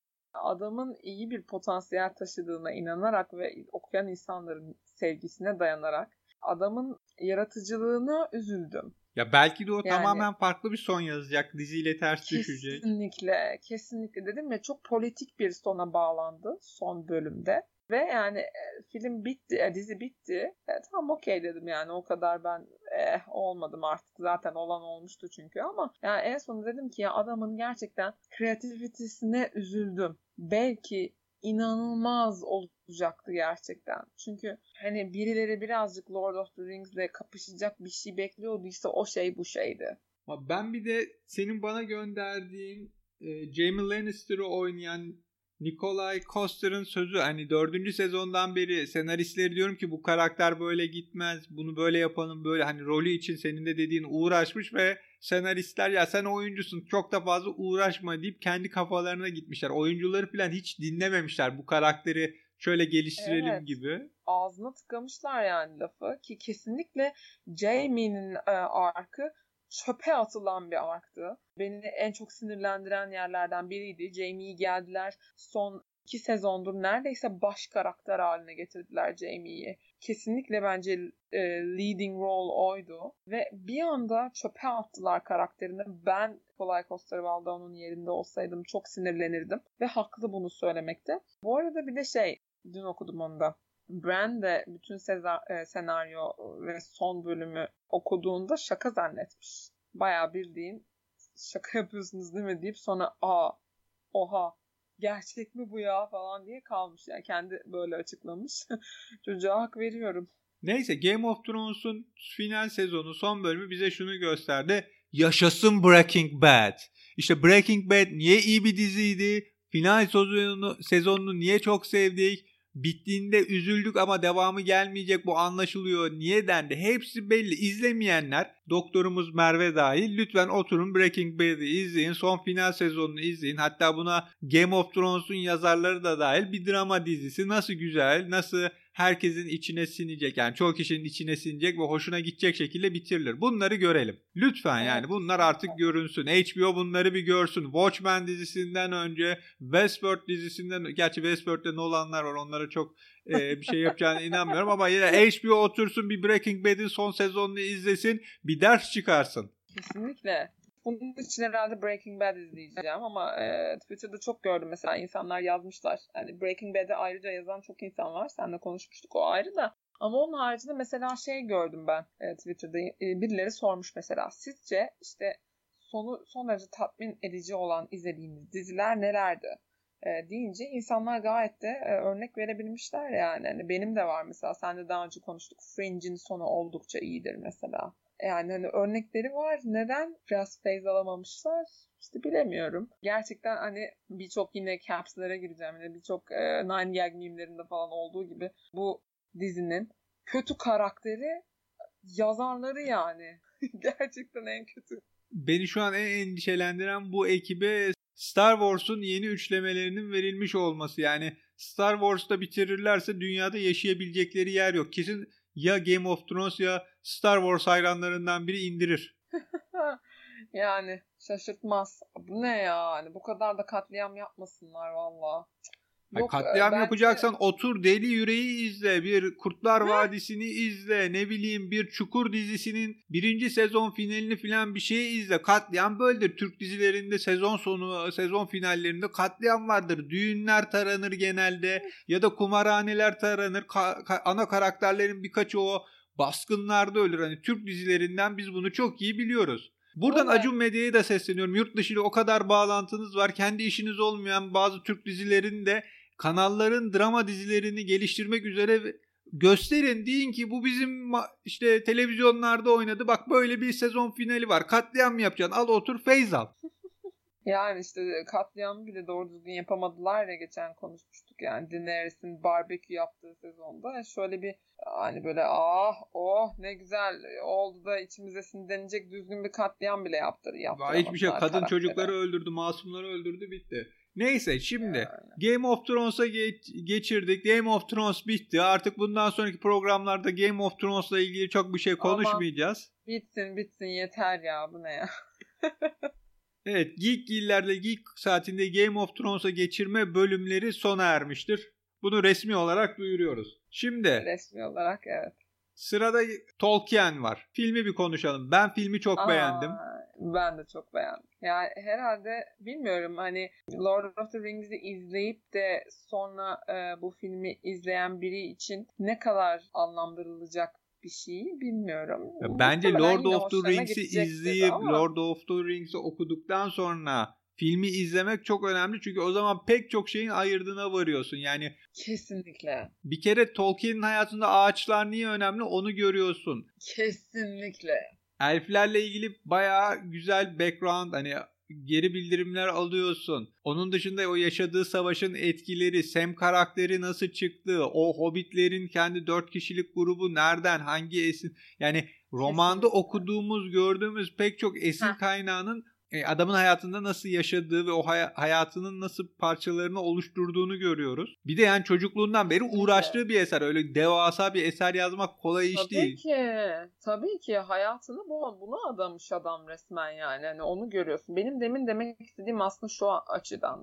adamın iyi bir potansiyel taşıdığına inanarak ve okuyan insanların sevgisine dayanarak adamın yaratıcılığına üzüldüm. Ya belki de o Yani tamamen farklı bir son yazacak. Diziyle ters düşecek. kesinlikle dedim ya, çok politik bir sona bağlandı son bölümde. Ve yani film bitti, dizi bitti. Tamam okey dedim yani, o kadar ben olmadım artık, zaten olan olmuştu çünkü, ama yani en son dedim ki ya adamın gerçekten kreativitesine üzüldüm. Belki inanılmaz olacaktı gerçekten. Çünkü hani birileri birazcık Lord of the Rings'le kapışacak bir şey bekliyorduysa o şey bu şeydi. Ben bir de senin bana gönderdiğin Jaime Lannister'ı oynayan Nikolai Coster'ın sözü, hani 4. sezondan beri senaristleri diyorum ki bu karakter böyle gitmez, bunu böyle yapalım, böyle hani rolü için senin de dediğin uğraşmış ve senaristler ya sen oyuncusun çok da fazla uğraşma deyip kendi kafalarına gitmişler. Oyuncuları falan hiç dinlememişler, bu karakteri şöyle geliştirelim Evet. gibi. Ağzına tıkamışlar yani lafı, ki kesinlikle Jaime'nin arkı çöpe atılan bir arktı. Beni en çok sinirlendiren yerlerden biriydi. Jaime'yi geldiler son 2 sezondur neredeyse baş karakter haline getirdiler Jamie'yi. Kesinlikle bence leading role oydu. Ve bir anda çöpe attılar karakterini. Ben Nikolay Coster-Waldau'nun yerinde olsaydım çok sinirlenirdim. Ve haklı bunu söylemekte. Bu arada bir de dün okudum onu da. Bran de bütün senaryo ve son bölümü okuduğunda şaka zannetmiş. Bayağı bildiğin şaka yapıyorsunuz değil mi deyip sonra oha gerçek mi bu ya falan diye kalmış. Yani kendi böyle açıklamış. Çocuğa hak veriyorum. Neyse, Game of Thrones'un final sezonu son bölümü bize şunu gösterdi. Yaşasın Breaking Bad. İşte Breaking Bad niye iyi bir diziydi? Final sezonunu niye çok sevdik? Bittiğinde üzüldük ama devamı gelmeyecek, bu anlaşılıyor. Niye dendi? Hepsi belli. İzlemeyenler, doktorumuz Merve dahil, lütfen oturun Breaking Bad'i izleyin. Son final sezonunu izleyin. Hatta buna Game of Thrones'un yazarları da dahil bir drama dizisi. Nasıl güzel, nasıl herkesin içine sinecek, yani çoğu kişinin içine sinecek ve hoşuna gidecek şekilde bitirilir. Bunları görelim. Lütfen yani bunlar artık görünsün. HBO bunları bir görsün. Watchmen dizisinden önce, Westworld dizisinden, gerçi Westworld'de Nolan'lar var, onlara çok bir şey yapacağına inanmıyorum ama yine HBO otursun, bir Breaking Bad'in son sezonunu izlesin, bir ders çıkarsın. Kesinlikle. Bunun için herhalde Breaking Bad izleyeceğim ama Twitter'da çok gördüm mesela, insanlar yazmışlar. Yani Breaking Bad'i ayrıca yazan çok insan var. Seninle konuşmuştuk, o ayrı da. Ama onun haricinde mesela gördüm ben Twitter'da. Birileri sormuş mesela. Sizce işte son derece tatmin edici olan izlediğiniz diziler nelerdi? Deyince insanlar gayet de örnek verebilmişler yani. Yani benim de var mesela. Sen de daha önce konuştuk. Fringe'in sonu oldukça iyidir mesela. Yani hani örnekleri var. Neden biraz feyz alamamışlar? İşte bilemiyorum. Gerçekten hani birçok yine caps'lere gireceğim. Yani birçok Nine Gag mimlerinde falan olduğu gibi bu dizinin kötü karakteri yazarları yani. Gerçekten en kötü. Beni şu an en endişelendiren bu ekibe Star Wars'un yeni üçlemelerinin verilmiş olması. Yani Star Wars'ta bitirirlerse dünyada yaşayabilecekleri yer yok. Kesin ya Game of Thrones ya Star Wars hayranlarından biri indirir. Yani şaşırtmaz. Bu ne ya? Hani bu kadar da katliam yapmasınlar valla. Yok, katliam yapacaksan otur Deli Yüreği izle, bir Kurtlar Vadisi'ni izle, ne bileyim bir Çukur dizisinin 1. sezon finalini falan bir şey izle. Katliam böyledir. Türk dizilerinde sezon sonu, sezon finallerinde katliam vardır. Düğünler taranır genelde ya da kumarhaneler taranır. Ana karakterlerin birkaçı o baskınlarda ölür. Hani Türk dizilerinden biz bunu çok iyi biliyoruz. Buradan Acun Medya'ya da sesleniyorum. Yurt dışı ile o kadar bağlantınız var. Kendi işiniz olmayan bazı Türk dizilerinde kanalların drama dizilerini geliştirmek üzere gösterin. Deyin ki bu bizim işte televizyonlarda oynadı. Bak böyle bir sezon finali var. Katliam yapacaksın. Al otur feyz al. Yani işte katliamı bile doğru düzgün yapamadılar ya, geçen konuşmuştuk yani Daenerys'in barbekü yaptığı sezonda. Şöyle bir hani böyle ne güzel oldu da içimize sinirlenecek düzgün bir katliam bile yaptıramadılar. Hiçbir şey. Kadın çocukları öldürdü, masumları öldürdü, bitti. Neyse şimdi Game of Thrones'a geçirdik. Game of Thrones bitti. Artık bundan sonraki programlarda Game of Thrones'la ilgili çok bir şey konuşmayacağız. Aman, bitsin yeter ya, bu ne ya. Evet, Geekgiller'le Geek Saati'nde Game of Thrones'a geçirme bölümleri sona ermiştir. Bunu resmi olarak duyuruyoruz. Şimdi resmi olarak evet. Sırada Tolkien var. Filmi bir konuşalım. Ben filmi çok beğendim. Ben de çok beğendim. Yani herhalde bilmiyorum, hani Lord of the Rings'i izleyip de sonra bu filmi izleyen biri için ne kadar anlamlandırılacak bir şey bilmiyorum. Bence Lord of the Rings'i izleyip Lord of the Rings'i okuduktan sonra filmi izlemek çok önemli. Çünkü o zaman pek çok şeyin ayırdığına varıyorsun. Yani kesinlikle. Bir kere Tolkien'in hayatında ağaçlar niye önemli onu görüyorsun. Kesinlikle. Elflerle ilgili bayağı güzel background, hani geri bildirimler alıyorsun. Onun dışında o yaşadığı savaşın etkileri, Sam karakteri nasıl çıktı, o hobbitlerin kendi 4 kişilik grubu nereden, hangi esin, yani romanda kesinlikle okuduğumuz, gördüğümüz pek çok esin kaynağının adamın hayatında nasıl yaşadığı ve o hayatının nasıl parçalarını oluşturduğunu görüyoruz. Bir de yani çocukluğundan beri uğraştığı bir eser. Öyle devasa bir eser yazmak kolay iş değil. Tabii ki hayatını buna adamış adam resmen yani. Hani onu görüyorsun. Benim demin demek istediğim aslında şu açıdan da.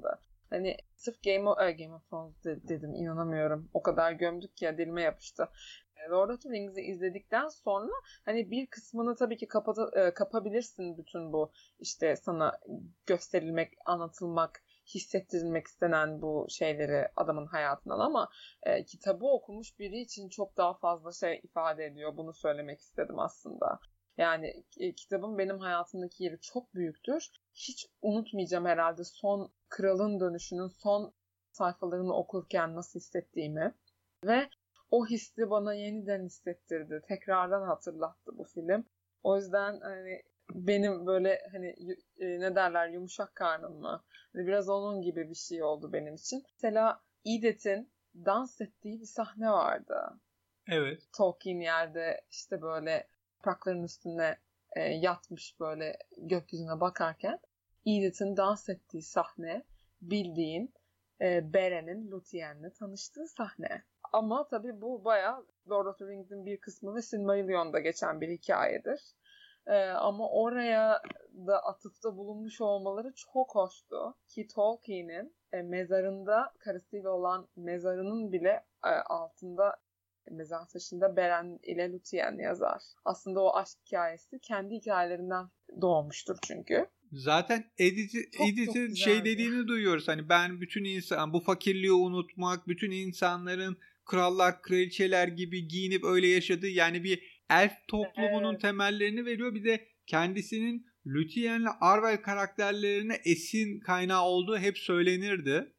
Hani sırf Game of Thrones dedim, inanamıyorum. O kadar gömdük ki ya, dilime yapıştı. Lord of the Rings'i izledikten sonra hani bir kısmını tabii ki kapabilirsin, bütün bu işte sana gösterilmek, anlatılmak, hissettirilmek istenen bu şeyleri adamın hayatından, ama kitabı okumuş biri için çok daha fazla şey ifade ediyor. Bunu söylemek istedim aslında. Yani kitabın benim hayatımdaki yeri çok büyüktür. Hiç unutmayacağım herhalde son Kralın Dönüşü'nün son sayfalarını okurken nasıl hissettiğimi. Ve o hissi bana yeniden hissettirdi. Tekrardan hatırlattı bu film. O yüzden hani benim böyle hani ne derler, yumuşak karnım mı? Hani biraz onun gibi bir şey oldu benim için. Mesela Edith'in dans ettiği bir sahne vardı. Evet. Tolkien yerde işte böyle yaprakların üstüne yatmış, böyle gökyüzüne bakarken Edith'in dans ettiği sahne, bildiğin Beren'in Lúthien'le tanıştığı sahne. Ama tabii bu bayağı Lord of the Rings'in bir kısmı ve Silmarillion'da geçen bir hikayedir. Ama oraya da atıfta bulunmuş olmaları çok hoştu. Ki Tolkien'in mezarında, karısıyla olan mezarının bile altında, mezar taşında Beren ile Lúthien yazar. Aslında o aşk hikayesi kendi hikayelerinden doğmuştur çünkü. Zaten Edith'in şey dediğini duyuyoruz. Hani ben bütün insan, bu fakirliği unutmak, bütün insanların krallar, kraliçeler gibi giyinip öyle yaşadığı, yani bir elf toplumunun temellerini veriyor. Bir de kendisinin Lúthien'le Arwen karakterlerine esin kaynağı olduğu hep söylenirdi.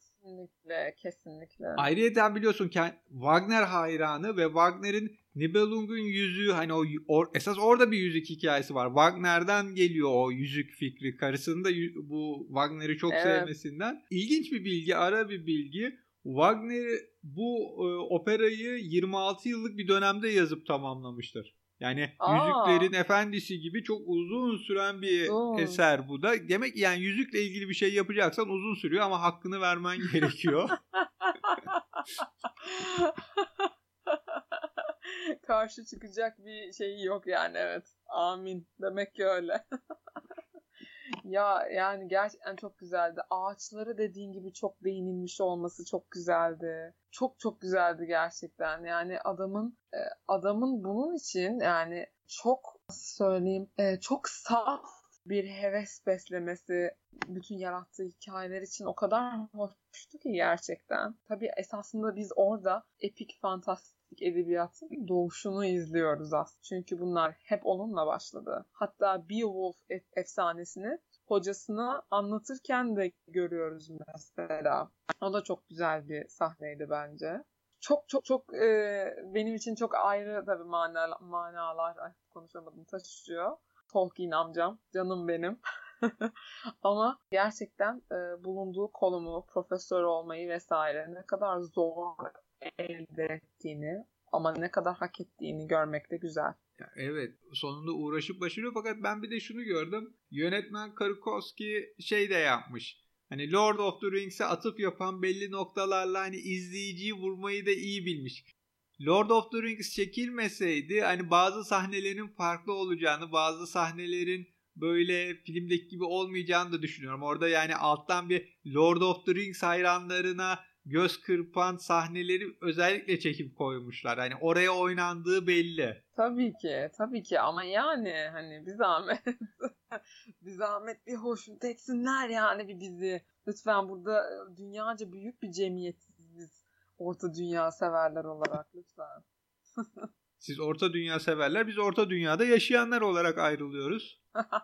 Kesinlikle. Ayrıca biliyorsun Wagner hayranı ve Wagner'in Nibelung'un yüzüğü, hani esas orada bir yüzük hikayesi var. Wagner'den geliyor o yüzük fikri. Karısının da bu Wagner'i çok sevmesinden. İlginç bir bilgi, ara bir bilgi. Wagner bu operayı 26 yıllık bir dönemde yazıp tamamlamıştır. Yani Yüzüklerin Efendisi gibi çok uzun süren bir eser bu da. Demek yani yüzükle ilgili bir şey yapacaksan uzun sürüyor ama hakkını vermen gerekiyor. Karşı çıkacak bir şey yok yani, evet. Amin. Demek ki öyle. Ya yani gerçekten çok güzeldi. Ağaçları dediğin gibi çok değinilmiş olması çok güzeldi. Çok çok güzeldi gerçekten. Yani adamın bunun için yani çok, nasıl söyleyeyim, çok saf bir heves beslemesi bütün yarattığı hikayeler için o kadar hoştu ki gerçekten. Tabii esasında biz orada epik fantastik edebiyatın doğuşunu izliyoruz aslında. Çünkü bunlar hep onunla başladı. Hatta Beowulf efsanesini hocasına anlatırken de görüyoruz mesela. O da çok güzel bir sahneydi bence. Çok çok çok benim için çok ayrı tabii manalar konuşamadım, taşıyor. Tolkien amcam, canım benim. Ama gerçekten bulunduğu konumu, profesör olmayı vesaire ne kadar zor elde ettiğini ama ne kadar hak ettiğini görmek de güzel. Ya evet, sonunda uğraşıp başarıyor, fakat ben bir de şunu gördüm. Yönetmen Tarkovski şey de yapmış. Hani Lord of the Rings'e atıf yapan belli noktalarla hani izleyiciyi vurmayı da iyi bilmiş. Lord of the Rings çekilmeseydi hani bazı sahnelerin farklı olacağını, bazı sahnelerin böyle filmdeki gibi olmayacağını da düşünüyorum. Orada yani alttan bir Lord of the Rings hayranlarına göz kırpan sahneleri özellikle çekip koymuşlar. Hani oraya oynandığı belli. Tabii ki ama yani hani bir zahmet bir zahmet bir hoşnut etsinler yani bir bizi. Lütfen, burada dünyaca büyük bir cemiyetiz biz. Orta dünya severler olarak lütfen. Siz orta dünya severler, biz orta dünyada yaşayanlar olarak ayrılıyoruz.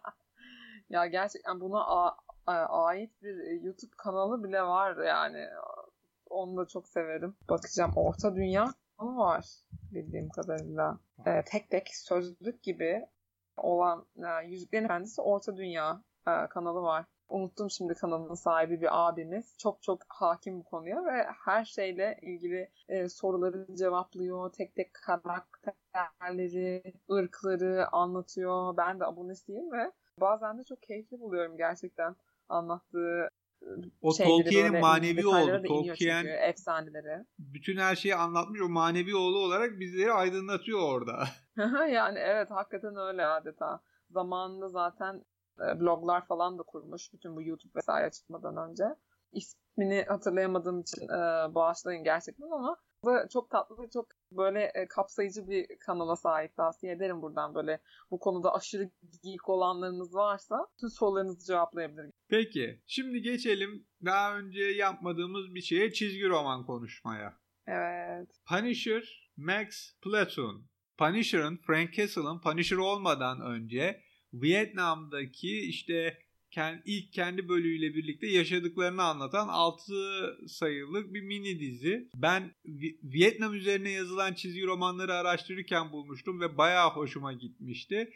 Ya gerçekten buna ait bir YouTube kanalı bile var yani. Onu da çok severim. Bakacağım, Orta Dünya var bildiğim kadarıyla. Tek tek sözlük gibi olan Yüzüklerin Efendisi Orta Dünya kanalı var. Unuttum şimdi kanalın sahibi, bir abimiz. Çok çok hakim bu konuya ve her şeyle ilgili soruları cevaplıyor. Tek tek karakterleri, ırkları anlatıyor. Ben de abonesiyim ve bazen de çok keyifli buluyorum gerçekten anlattığı o şeyleri. Tolkien'in böyle manevi oğlu. Tolkien çünkü efsaneleri. Bütün her şeyi anlatmış, o manevi oğlu olarak bizleri aydınlatıyor orada. Yani evet, hakikaten öyle adeta. Zamanında zaten bloglar falan da kurmuş bütün bu YouTube vesaire çıkmadan önce. ismini hatırlayamadığım için bağışlayın gerçekten ama çok tatlı ve çok böyle kapsayıcı bir kanala sahip. Tavsiye ederim buradan, böyle bu konuda aşırı geek olanlarınız varsa tüm sorularınızı cevaplayabilirim. Peki şimdi geçelim daha önce yapmadığımız bir şeye, çizgi roman konuşmaya. Evet. Punisher, Max Platoon. Punisher'ın, Frank Castle'ın Punisher olmadan önce Vietnam'daki işte ilk kendi bölüğüyle birlikte yaşadıklarını anlatan 6 sayılık bir mini dizi. Ben Vietnam üzerine yazılan çizgi romanları araştırırken bulmuştum ve bayağı hoşuma gitmişti.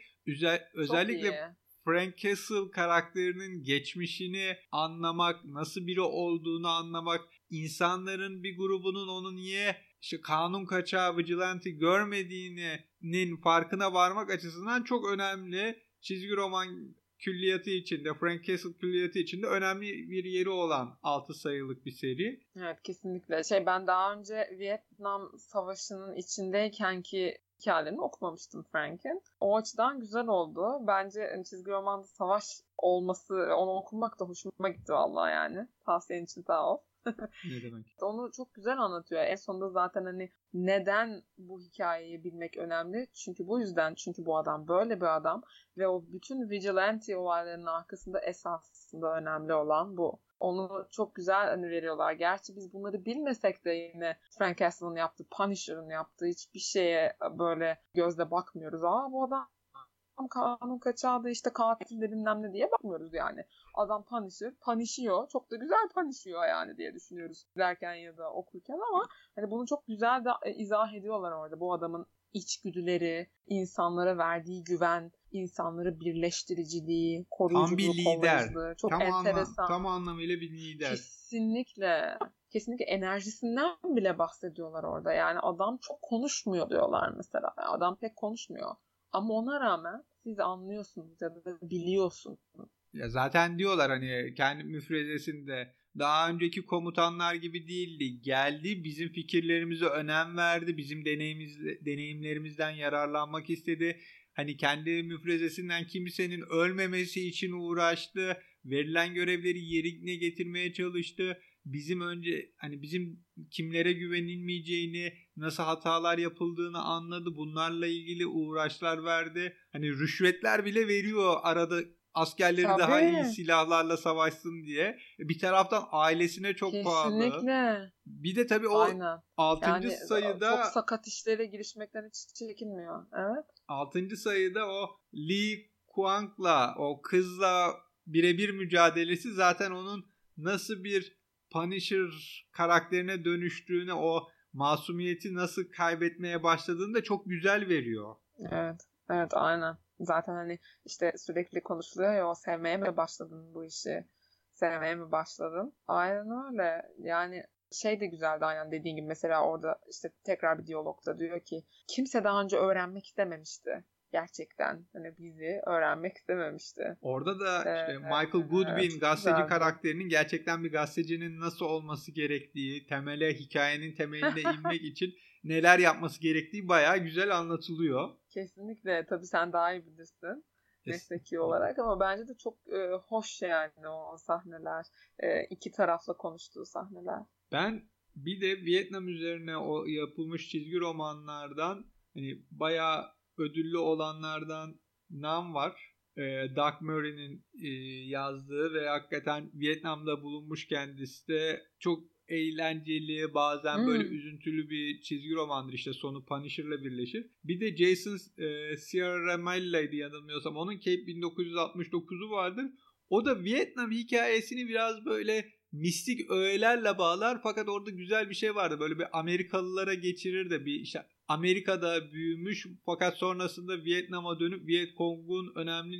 Özellikle Frank Castle karakterinin geçmişini anlamak, nasıl biri olduğunu anlamak, insanların bir grubunun onu niye kanun kaçağı, vigilante görmediğinin farkına varmak açısından çok önemli. Çizgi roman külliyatı içinde, Frank Castle külliyatı içinde önemli bir yeri olan 6 sayılık bir seri. Evet, kesinlikle. Ben daha önce Vietnam Savaşı'nın içindeyken ki hikayelerini okumamıştım Frank'in. O açıdan güzel oldu. Bence çizgi romanda savaş olması, onu okumak da hoşuma gitti vallahi yani. Tavsiyen için sağ ol. Ne demek? Onu çok güzel anlatıyor. En sonunda zaten hani neden bu hikayeyi bilmek önemli? Çünkü bu yüzden. Çünkü bu adam böyle bir adam ve o bütün vigilante olaylarının arkasında esasında önemli olan bu. Onu çok güzel veriyorlar. Gerçi biz bunları bilmesek de yine Frank Castle'ın yaptığı, Punisher'ın yaptığı hiçbir şeye böyle gözle bakmıyoruz. Bu adam kanun kaçağı, işte katil bilmem ne diye bakmıyoruz yani. Adam punishıyor. Çok da güzel punishıyor yani diye düşünüyoruz derken ya da okurken, ama hani bunu çok güzel de izah ediyorlar orada. Bu adamın içgüdüleri, insanlara verdiği güven, insanları birleştiriciliği, koruyuculuğu, kollayıcılığı. Çok enteresan. Tam anlamıyla bir lider. Kesinlikle. Kesinlikle enerjisinden bile bahsediyorlar orada. Yani adam çok konuşmuyor diyorlar mesela. Adam pek konuşmuyor. Ama ona rağmen siz anlıyorsunuz ya da biliyorsunuz. Ya zaten diyorlar hani kendi müfredesinde, daha önceki komutanlar gibi değildi. Geldi, bizim fikirlerimize önem verdi. Bizim deneyimlerimizden yararlanmak istedi. Hani kendi müfrezesinden kimsenin ölmemesi için uğraştı. Verilen görevleri yerine getirmeye çalıştı. Bizim kimlere güvenilmeyeceğini, nasıl hatalar yapıldığını anladı. Bunlarla ilgili uğraşlar verdi. Hani rüşvetler bile veriyor arada, askerleri daha iyi silahlarla savaşsın diye. Bir taraftan ailesine çok pahalı. Kesinlikle. Bir de tabii o aynen. 6. sayıda çok sakat işlere girişmekten hiç çekinmiyor. Evet. 6. sayıda o Lee Kwang'la, o kızla birebir mücadelesi zaten onun nasıl bir Punisher karakterine dönüştüğüne, o masumiyeti nasıl kaybetmeye başladığını da çok güzel veriyor. Evet. Evet, aynen. Zaten hani işte sürekli konuşuluyor ya, o sevmeye mi başladın bu işi? Sevmeye mi başladın? Aynen öyle. Yani de güzeldi aynen dediğin gibi. Mesela orada işte tekrar bir diyalogda diyor ki kimse daha önce öğrenmek istememişti. Gerçekten hani bizi öğrenmek istememişti. Orada da işte Michael Goodwin gazeteci güzeldi. Karakterinin gerçekten bir gazetecinin nasıl olması gerektiği, hikayenin temeline inmek için neler yapması gerektiği bayağı güzel anlatılıyor. Kesinlikle. Tabii sen daha iyi bilirsin mesleki olarak, ama bence de çok hoş yani o sahneler. İki tarafla konuştuğu sahneler. Ben bir de Vietnam üzerine o yapılmış çizgi romanlardan hani bayağı ödüllü olanlardan Nam var. Doug Murray'nin yazdığı ve hakikaten Vietnam'da bulunmuş kendisi de çok eğlenceli, bazen böyle üzüntülü bir çizgi romandır. İşte sonu Punisher'la birleşir. Bir de Jason Ciaramella'ydı yanılmıyorsam. Onun Cape 1969'u vardır. O da Vietnam hikayesini biraz böyle mistik öğelerle bağlar, fakat orada güzel bir şey vardı. Böyle bir Amerikalılara geçirir de bir işte Amerika'da büyümüş fakat sonrasında Vietnam'a dönüp Vietcong'un önemli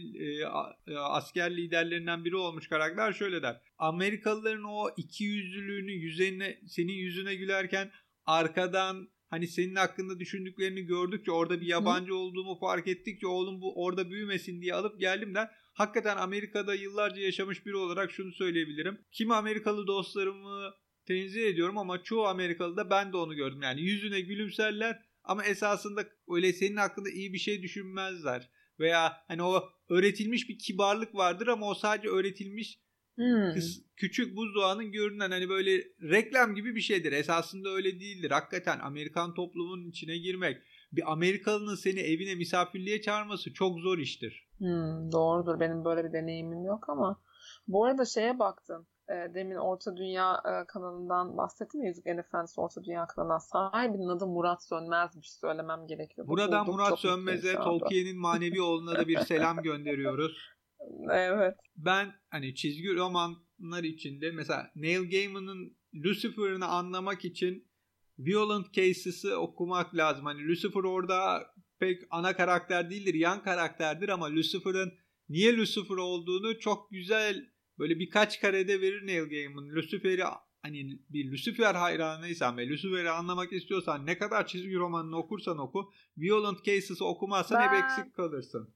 asker liderlerinden biri olmuş karakter şöyle der. Amerikalıların o ikiyüzlülüğünü senin yüzüne gülerken arkadan hani senin hakkında düşündüklerini gördükçe, orada bir yabancı olduğumu fark ettikçe oğlum bu orada büyümesin diye alıp geldim der. Hakikaten Amerika'da yıllarca yaşamış biri olarak şunu söyleyebilirim. Kimi Amerikalı dostlarımı tenzih ediyorum ama çoğu Amerikalı da ben de onu gördüm. Yani yüzüne gülümserler ama esasında öyle senin hakkında iyi bir şey düşünmezler. Veya hani o öğretilmiş bir kibarlık vardır ama o sadece öğretilmiş Küçük buzdağının görünen hani böyle reklam gibi bir şeydir. Esasında öyle değildir. Hakikaten Amerikan toplumunun içine girmek, bir Amerikalının seni evine misafirliğe çağırması çok zor iştir. Doğrudur. Benim böyle bir deneyimim yok ama bu arada şeye baktım. Demin Orta Dünya kanalından bahsettim ya, Yüzüklerin Efendisi Orta Dünya kanalından. Sahibinin adı Murat Sönmez'miş, söylemem gerekiyor. Buradan Murat Sönmez'e, Tolkien'in manevi oğluna da bir selam gönderiyoruz. Evet. Ben hani çizgi romanlar içinde mesela Neil Gaiman'ın Lucifer'ını anlamak için Violent Cases'ı okumak lazım. Hani Lucifer orada pek ana karakter değildir, yan karakterdir ama Lucifer'ın niye Lucifer olduğunu çok güzel böyle birkaç karede verir Neil Gaiman. Lucifer'i hani bir Lucifer hayranıysan ve Lucifer'i anlamak istiyorsan ne kadar çizgi romanını okursan oku, Violent Cases'ı okumazsan hep eksik kalırsın.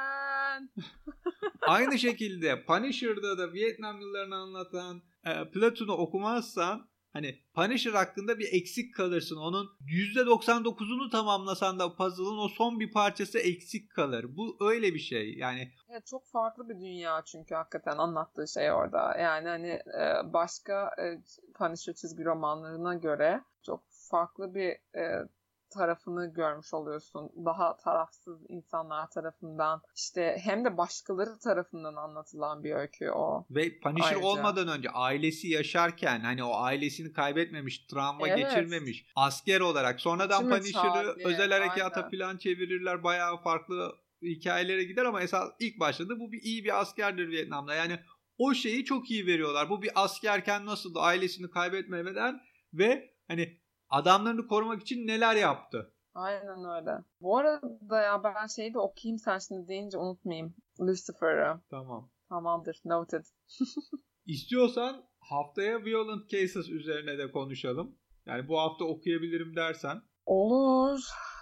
Aynı şekilde Punisher'da da Vietnam yıllarını anlatan Platoon'u okumazsan hani Punisher hakkında bir eksik kalırsın. Onun %99'unu tamamlasan da puzzle'ın o son bir parçası eksik kalır. Bu öyle bir şey. Yani evet, çok farklı bir dünya çünkü hakikaten anlattığı şey orada. Yani hani başka Punisher çizgi romanlarına göre çok farklı bir tarafını görmüş oluyorsun. Daha tarafsız insanlar tarafından, işte hem de başkaları tarafından anlatılan bir öykü o. Ve Punisher ayrıca olmadan önce ailesi yaşarken hani o ailesini kaybetmemiş, travma geçirmemiş, asker olarak sonradan Punisher'ı özel harekata falan çevirirler. Bayağı farklı hikayelere gider ama esas ilk başladı bu iyi bir askerdir Vietnam'da. Yani o şeyi çok iyi veriyorlar. Bu bir askerken nasıldı, ailesini kaybetmeden ve hani adamlarını korumak için neler yaptı. Aynen öyle. Bu arada ya ben şeyi de okuyayım, sen şimdi deyince unutmayayım. Lucifer'ı. Tamam. Tamamdır. Noted. İstiyorsan haftaya Violent Cases üzerine de konuşalım. Yani bu hafta okuyabilirim dersen. Olur.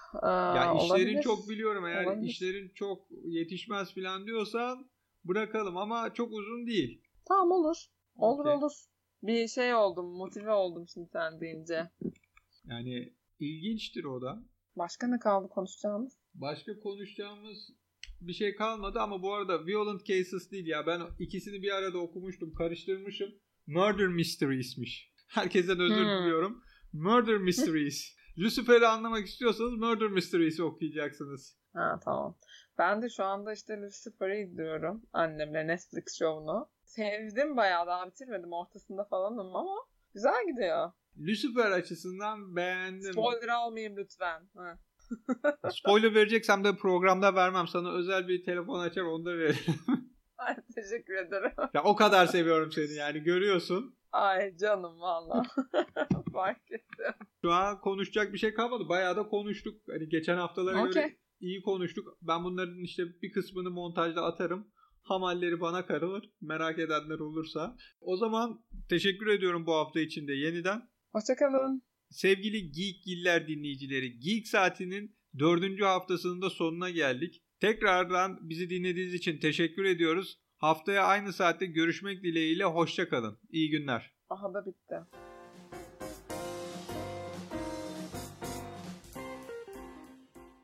Ya işlerin olabilir. çok biliyorum. Eğer işlerin çok yetişmez falan diyorsan bırakalım ama çok uzun değil. Tamam olur. Olur. Bir şey oldum. Motive oldum şimdi sen deyince. Yani ilginçtir o da. Başka ne kaldı konuşacağımız? Başka konuşacağımız bir şey kalmadı ama bu arada Violent Cases değil ya. Ben ikisini bir arada okumuştum. Karıştırmışım. Murder Mysteries'miş. Herkesten özür diliyorum. Murder Mysteries. Lucifer'i anlamak istiyorsanız Murder Mysteries'i okuyacaksınız. Ha tamam. Ben de şu anda işte Lucifer'ı izliyorum. Annemle Netflix şovunu. Sevdim bayağı, daha bitirmedim. Ortasında falanım ama güzel gidiyor. Lucifer açısından beğendim. Spoiler almayayım lütfen. Spoiler vereceksem de programda vermem. Sana özel bir telefon açar onu da veririm. Ay teşekkür ederim. Ya o kadar seviyorum seni yani görüyorsun. Ay canım valla. Fark ettim. Şu an konuşacak bir şey kalmadı. Bayağı da konuştuk. Hani geçen haftalara göre iyi konuştuk. Ben bunların işte bir kısmını montajda atarım. Hamalleri bana karılır. Merak edenler olursa. O zaman teşekkür ediyorum bu hafta için de yeniden. Hoşçakalın. Sevgili Geekgiller dinleyicileri, Geek Saati'nin 4. haftasının da sonuna geldik. Tekrardan bizi dinlediğiniz için teşekkür ediyoruz. Haftaya aynı saatte görüşmek dileğiyle hoşça kalın. İyi günler. Aha da bitti.